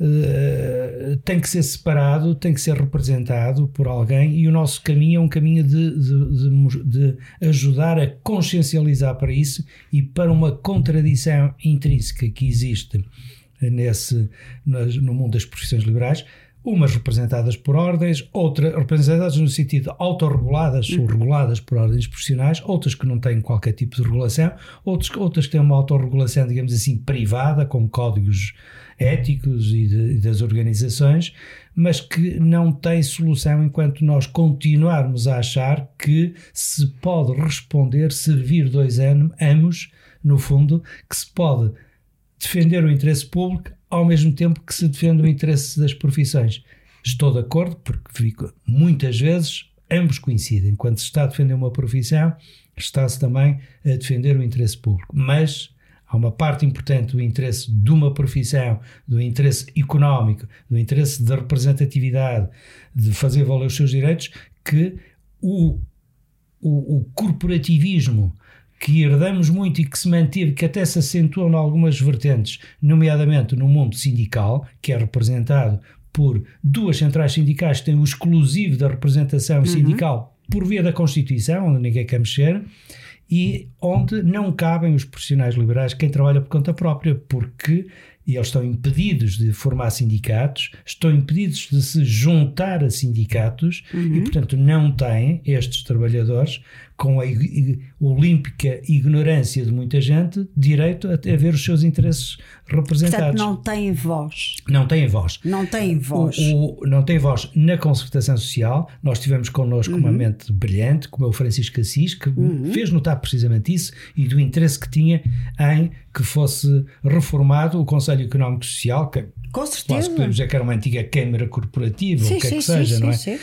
Uh, tem que ser separado, tem que ser representado por alguém, e o nosso caminho é um caminho de, de, de, de ajudar a consciencializar para isso e para uma contradição intrínseca que existe nesse, no mundo das profissões liberais, umas representadas por ordens, outras representadas no sentido de autorreguladas ou reguladas por ordens profissionais, outras que não têm qualquer tipo de regulação, outras, outras que têm uma autorregulação, digamos assim, privada, com códigos éticos e, de, e das organizações, mas que não tem solução enquanto nós continuarmos a achar que se pode responder, servir dois amos, no fundo, que se pode defender o interesse público ao mesmo tempo que se defende o interesse das profissões. Estou de acordo, porque fico, muitas vezes ambos coincidem. Quando se está a defender uma profissão, está-se também a defender o interesse público. Mas há uma parte importante do interesse de uma profissão, do interesse económico, do interesse da representatividade, de fazer valer os seus direitos, que o, o, o corporativismo que herdamos muito e que se manteve, que até se acentuou em algumas vertentes, nomeadamente no mundo sindical, que é representado por duas centrais sindicais que têm o exclusivo da representação uhum. sindical por via da Constituição, onde ninguém quer mexer, e onde não cabem os profissionais liberais, quem trabalha por conta própria, porque eles estão impedidos de formar sindicatos, estão impedidos de se juntar a sindicatos uhum. e, portanto, não têm, estes trabalhadores, com a olímpica ignorância de muita gente, direito a, a ver os seus interesses representados. Portanto, não têm voz. Não têm voz. Não têm voz. O, o, não têm voz na concertação social. Nós tivemos connosco uhum. uma mente brilhante, como é o Francisco Assis, que uhum. fez notar precisamente isso e do interesse que tinha em que fosse reformado o Conselho Económico e Social, que com certeza. Quase podemos dizer que era uma antiga Câmara Corporativa, sim, ou o que é sim, que seja, sim, não é? Sim, sim.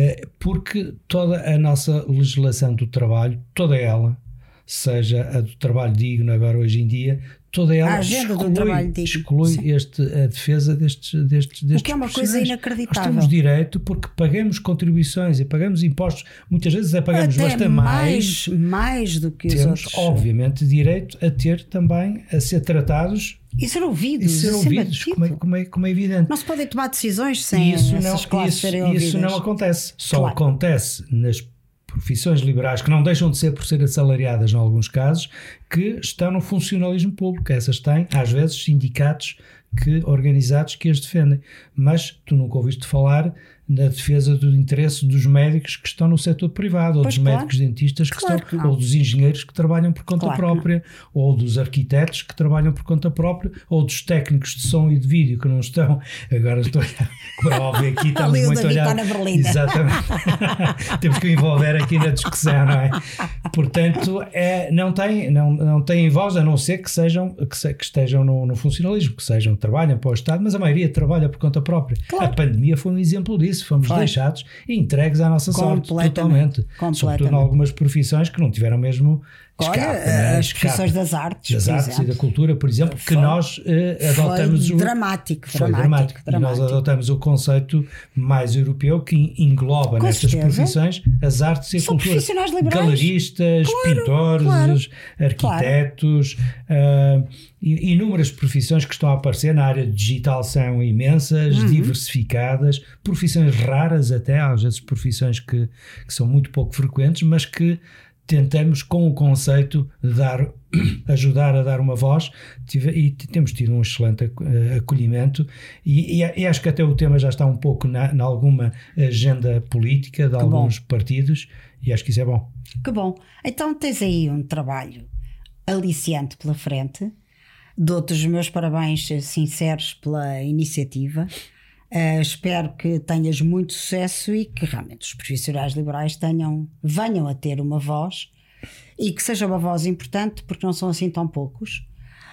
Porque toda a nossa legislação do trabalho, toda ela, seja a do trabalho digno agora hoje em dia, toda ela exclui, exclui este, a defesa destes, destes, destes o que é uma coisa inacreditável. Nós temos direito, porque pagamos contribuições e pagamos impostos, muitas vezes é pagamos até bastante mais, mais, mais do que os temos, outros. obviamente, direito a ter também, a ser tratados e ser ouvidos, e ser ouvidos como, é, como, é, como é evidente. Não se podem tomar decisões sem isso essas não, classes isso, serem ouvidas. Isso não acontece. Só claro. acontece nas profissões liberais, que não deixam de ser por ser assalariadas em alguns casos, que estão no funcionalismo público. Essas têm, às vezes, sindicatos que, organizados que as defendem. Mas tu nunca ouviste falar na defesa do interesse dos médicos que estão no setor privado, pois ou dos claro. médicos dentistas que claro estão, que ou dos engenheiros que trabalham por conta claro própria, ou dos arquitetos que trabalham por conta própria, ou dos técnicos de som e de vídeo que não estão. Agora estou, como é óbvio, aqui estamos ali muito olhados. Na Berlinda. Exatamente. Temos que o envolver aqui na discussão, não é? Portanto, é, não tem, não, não tem voz, a não ser que sejam, que, se, que estejam no, no funcionalismo, que sejam, trabalham para o Estado, mas a maioria trabalha por conta própria. Claro. A pandemia foi um exemplo disso, fomos Foi. deixados e entregues à nossa sorte, totalmente. Completamente. Sobretudo em algumas profissões que não tiveram mesmo escape. Olha, né? as escape profissões das artes, das artes exemplo. e da cultura, por exemplo, foi, que nós uh, adotamos foi o dramático, foi dramático, dramático. dramático. E nós adotamos o conceito mais europeu que engloba Com nestas certeza. profissões as artes e a São cultura. Profissionais liberais. Galeristas, claro, pintores, claro, arquitetos, claro. Uh, inúmeras profissões que estão a aparecer na área digital são imensas, uhum. diversificadas, profissões raras até, às vezes profissões que, que são muito pouco frequentes, mas que tentamos com o conceito de dar, ajudar a dar uma voz e temos tido um excelente acolhimento e, e acho que até o tema já está um pouco na, na alguma agenda política de que alguns bom. partidos e acho que isso é bom. Que bom. Então tens aí um trabalho aliciante pela frente. Dou-te os meus parabéns sinceros pela iniciativa. Uh, espero que tenhas muito sucesso e que realmente os profissionais liberais tenham, venham a ter uma voz e que seja uma voz importante, porque não são assim tão poucos.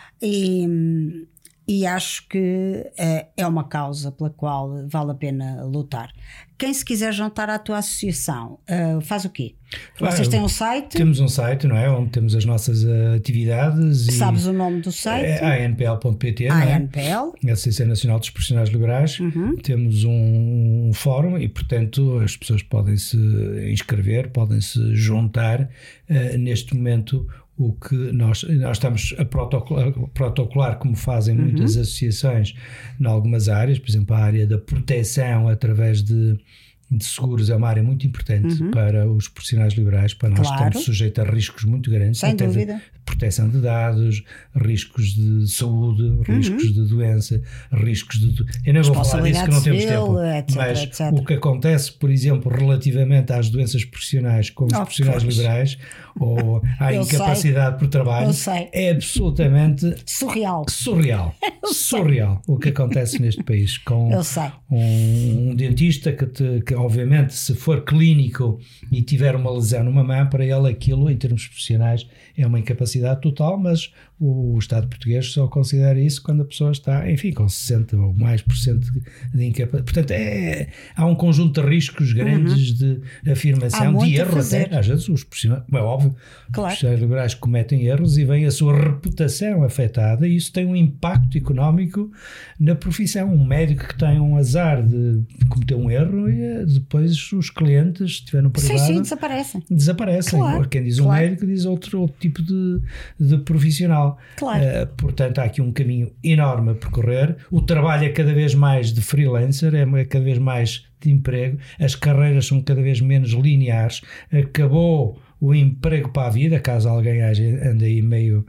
E, e acho que uh, é uma causa pela qual vale a pena lutar. Quem se quiser juntar à tua associação, uh, faz o quê? Vocês têm um site? Temos um site, não é? Onde temos as nossas uh, atividades. Sabes e o nome do site? É a n p l ponto p t, a não é? N P L. Associação Nacional dos Profissionais Liberais. Uhum. Temos um, um fórum e, portanto, as pessoas podem se inscrever, podem se juntar. Uh, neste momento, o que nós, nós estamos a protocolar, protocolar como fazem uhum. muitas associações em algumas áreas, por exemplo, a área da proteção através de de seguros é uma área muito importante uhum. para os profissionais liberais, para nós claro. estamos sujeitos a riscos muito grandes, sem até dúvida. De proteção de dados, riscos de saúde, uhum. riscos de doença, riscos de... Eu não vou falar disso que não temos tempo, etc, mas etcétera. O que acontece, por exemplo, relativamente às doenças profissionais com os oh, profissionais pois. liberais ou à Eu incapacidade sei. por trabalho é absolutamente surreal. Surreal. surreal o que acontece neste país com um, um dentista que, te, que obviamente se for clínico e tiver uma lesão numa mão, para ele aquilo em termos profissionais é uma incapacidade total, mas o Estado português só considera isso quando a pessoa está, enfim, com sessenta ou mais por cento de incapacidade. Portanto, é, há um conjunto de riscos grandes uhum. de afirmação, de erro até. Às vezes os profissionais, é óbvio, claro. os profissionais liberais cometem erros e vem a sua reputação afetada e isso tem um impacto económico na profissão. Um médico que tem um azar de cometer um erro e depois os clientes, se estiver no privado... Sim, sim, desaparecem. Desaparecem. Claro. Quem diz um claro. médico diz outro, outro tipo de, de profissional. Claro. Uh, portanto, há aqui um caminho enorme a percorrer. O trabalho é cada vez mais de freelancer, é cada vez mais de emprego. As carreiras são cada vez menos lineares. Acabou o emprego para a vida, caso alguém ande aí meio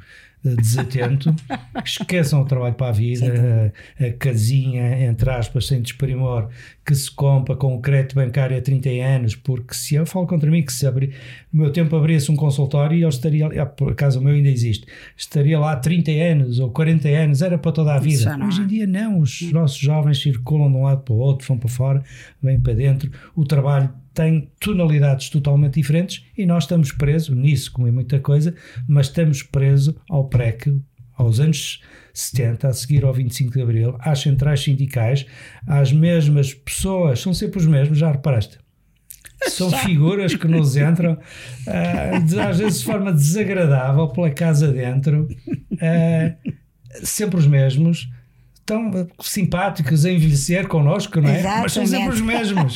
desatento, esqueçam o trabalho para a vida, a, a casinha, entre aspas, sem desprimor, que se compra com o crédito bancário há trinta anos, porque se eu falo contra mim, que se abrir, no meu tempo abria-se um consultório e eu estaria, ah, por acaso o meu ainda existe, estaria lá há trinta anos ou quarenta anos, era para toda a vida. Hoje em dia não, os nossos jovens circulam de um lado para o outro, vão para fora, vêm para dentro, o trabalho tem tonalidades totalmente diferentes e nós estamos presos nisso, como é muita coisa, mas estamos presos ao P R E C, aos anos setenta, a seguir ao vinte e cinco de Abril, às centrais sindicais, às mesmas pessoas, são sempre os mesmos, já reparaste? São figuras que nos entram, uh, às vezes de forma desagradável, pela casa dentro, uh, sempre os mesmos, tão simpáticos a envelhecer connosco, não é? Exatamente. Mas são sempre os mesmos.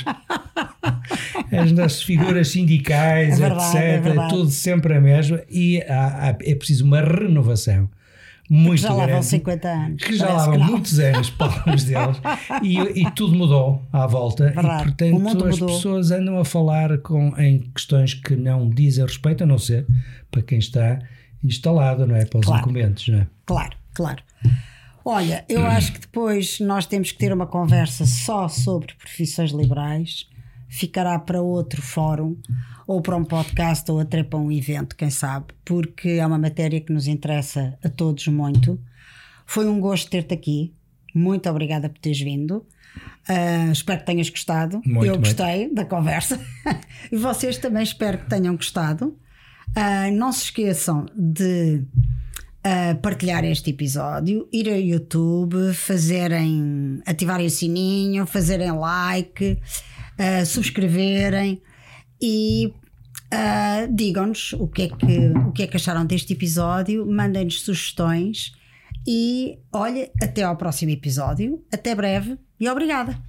As nossas figuras sindicais, é verdade, etcétera, é tudo sempre a mesma, e há, há, é preciso uma renovação muito já grande. Já lá vão cinquenta anos. Que já lá vão muitos anos para alguns deles, e, e tudo mudou à volta. Verdade. E portanto as mudou. Pessoas andam a falar com, em questões que não dizem respeito, a não ser para quem está instalado, não é? Para os claro. Incumbentes, não é? Claro, claro. Olha, eu hum. acho que depois nós temos que ter uma conversa só sobre profissões liberais. Ficará para outro fórum, ou para um podcast, ou até para um evento, quem sabe, porque é uma matéria que nos interessa a todos muito. Foi um gosto ter-te aqui. Muito obrigada por teres vindo. Uh, espero que tenhas gostado. Muito, eu gostei muito. Da conversa. E vocês também espero que tenham gostado. Uh, não se esqueçam de uh, partilhar este episódio, ir ao YouTube, fazerem, ativarem o sininho, fazerem like, uh, subscreverem e uh, digam-nos o que, é que, o que é que acharam deste episódio, mandem-nos sugestões e olha, até ao próximo episódio, até breve e obrigada.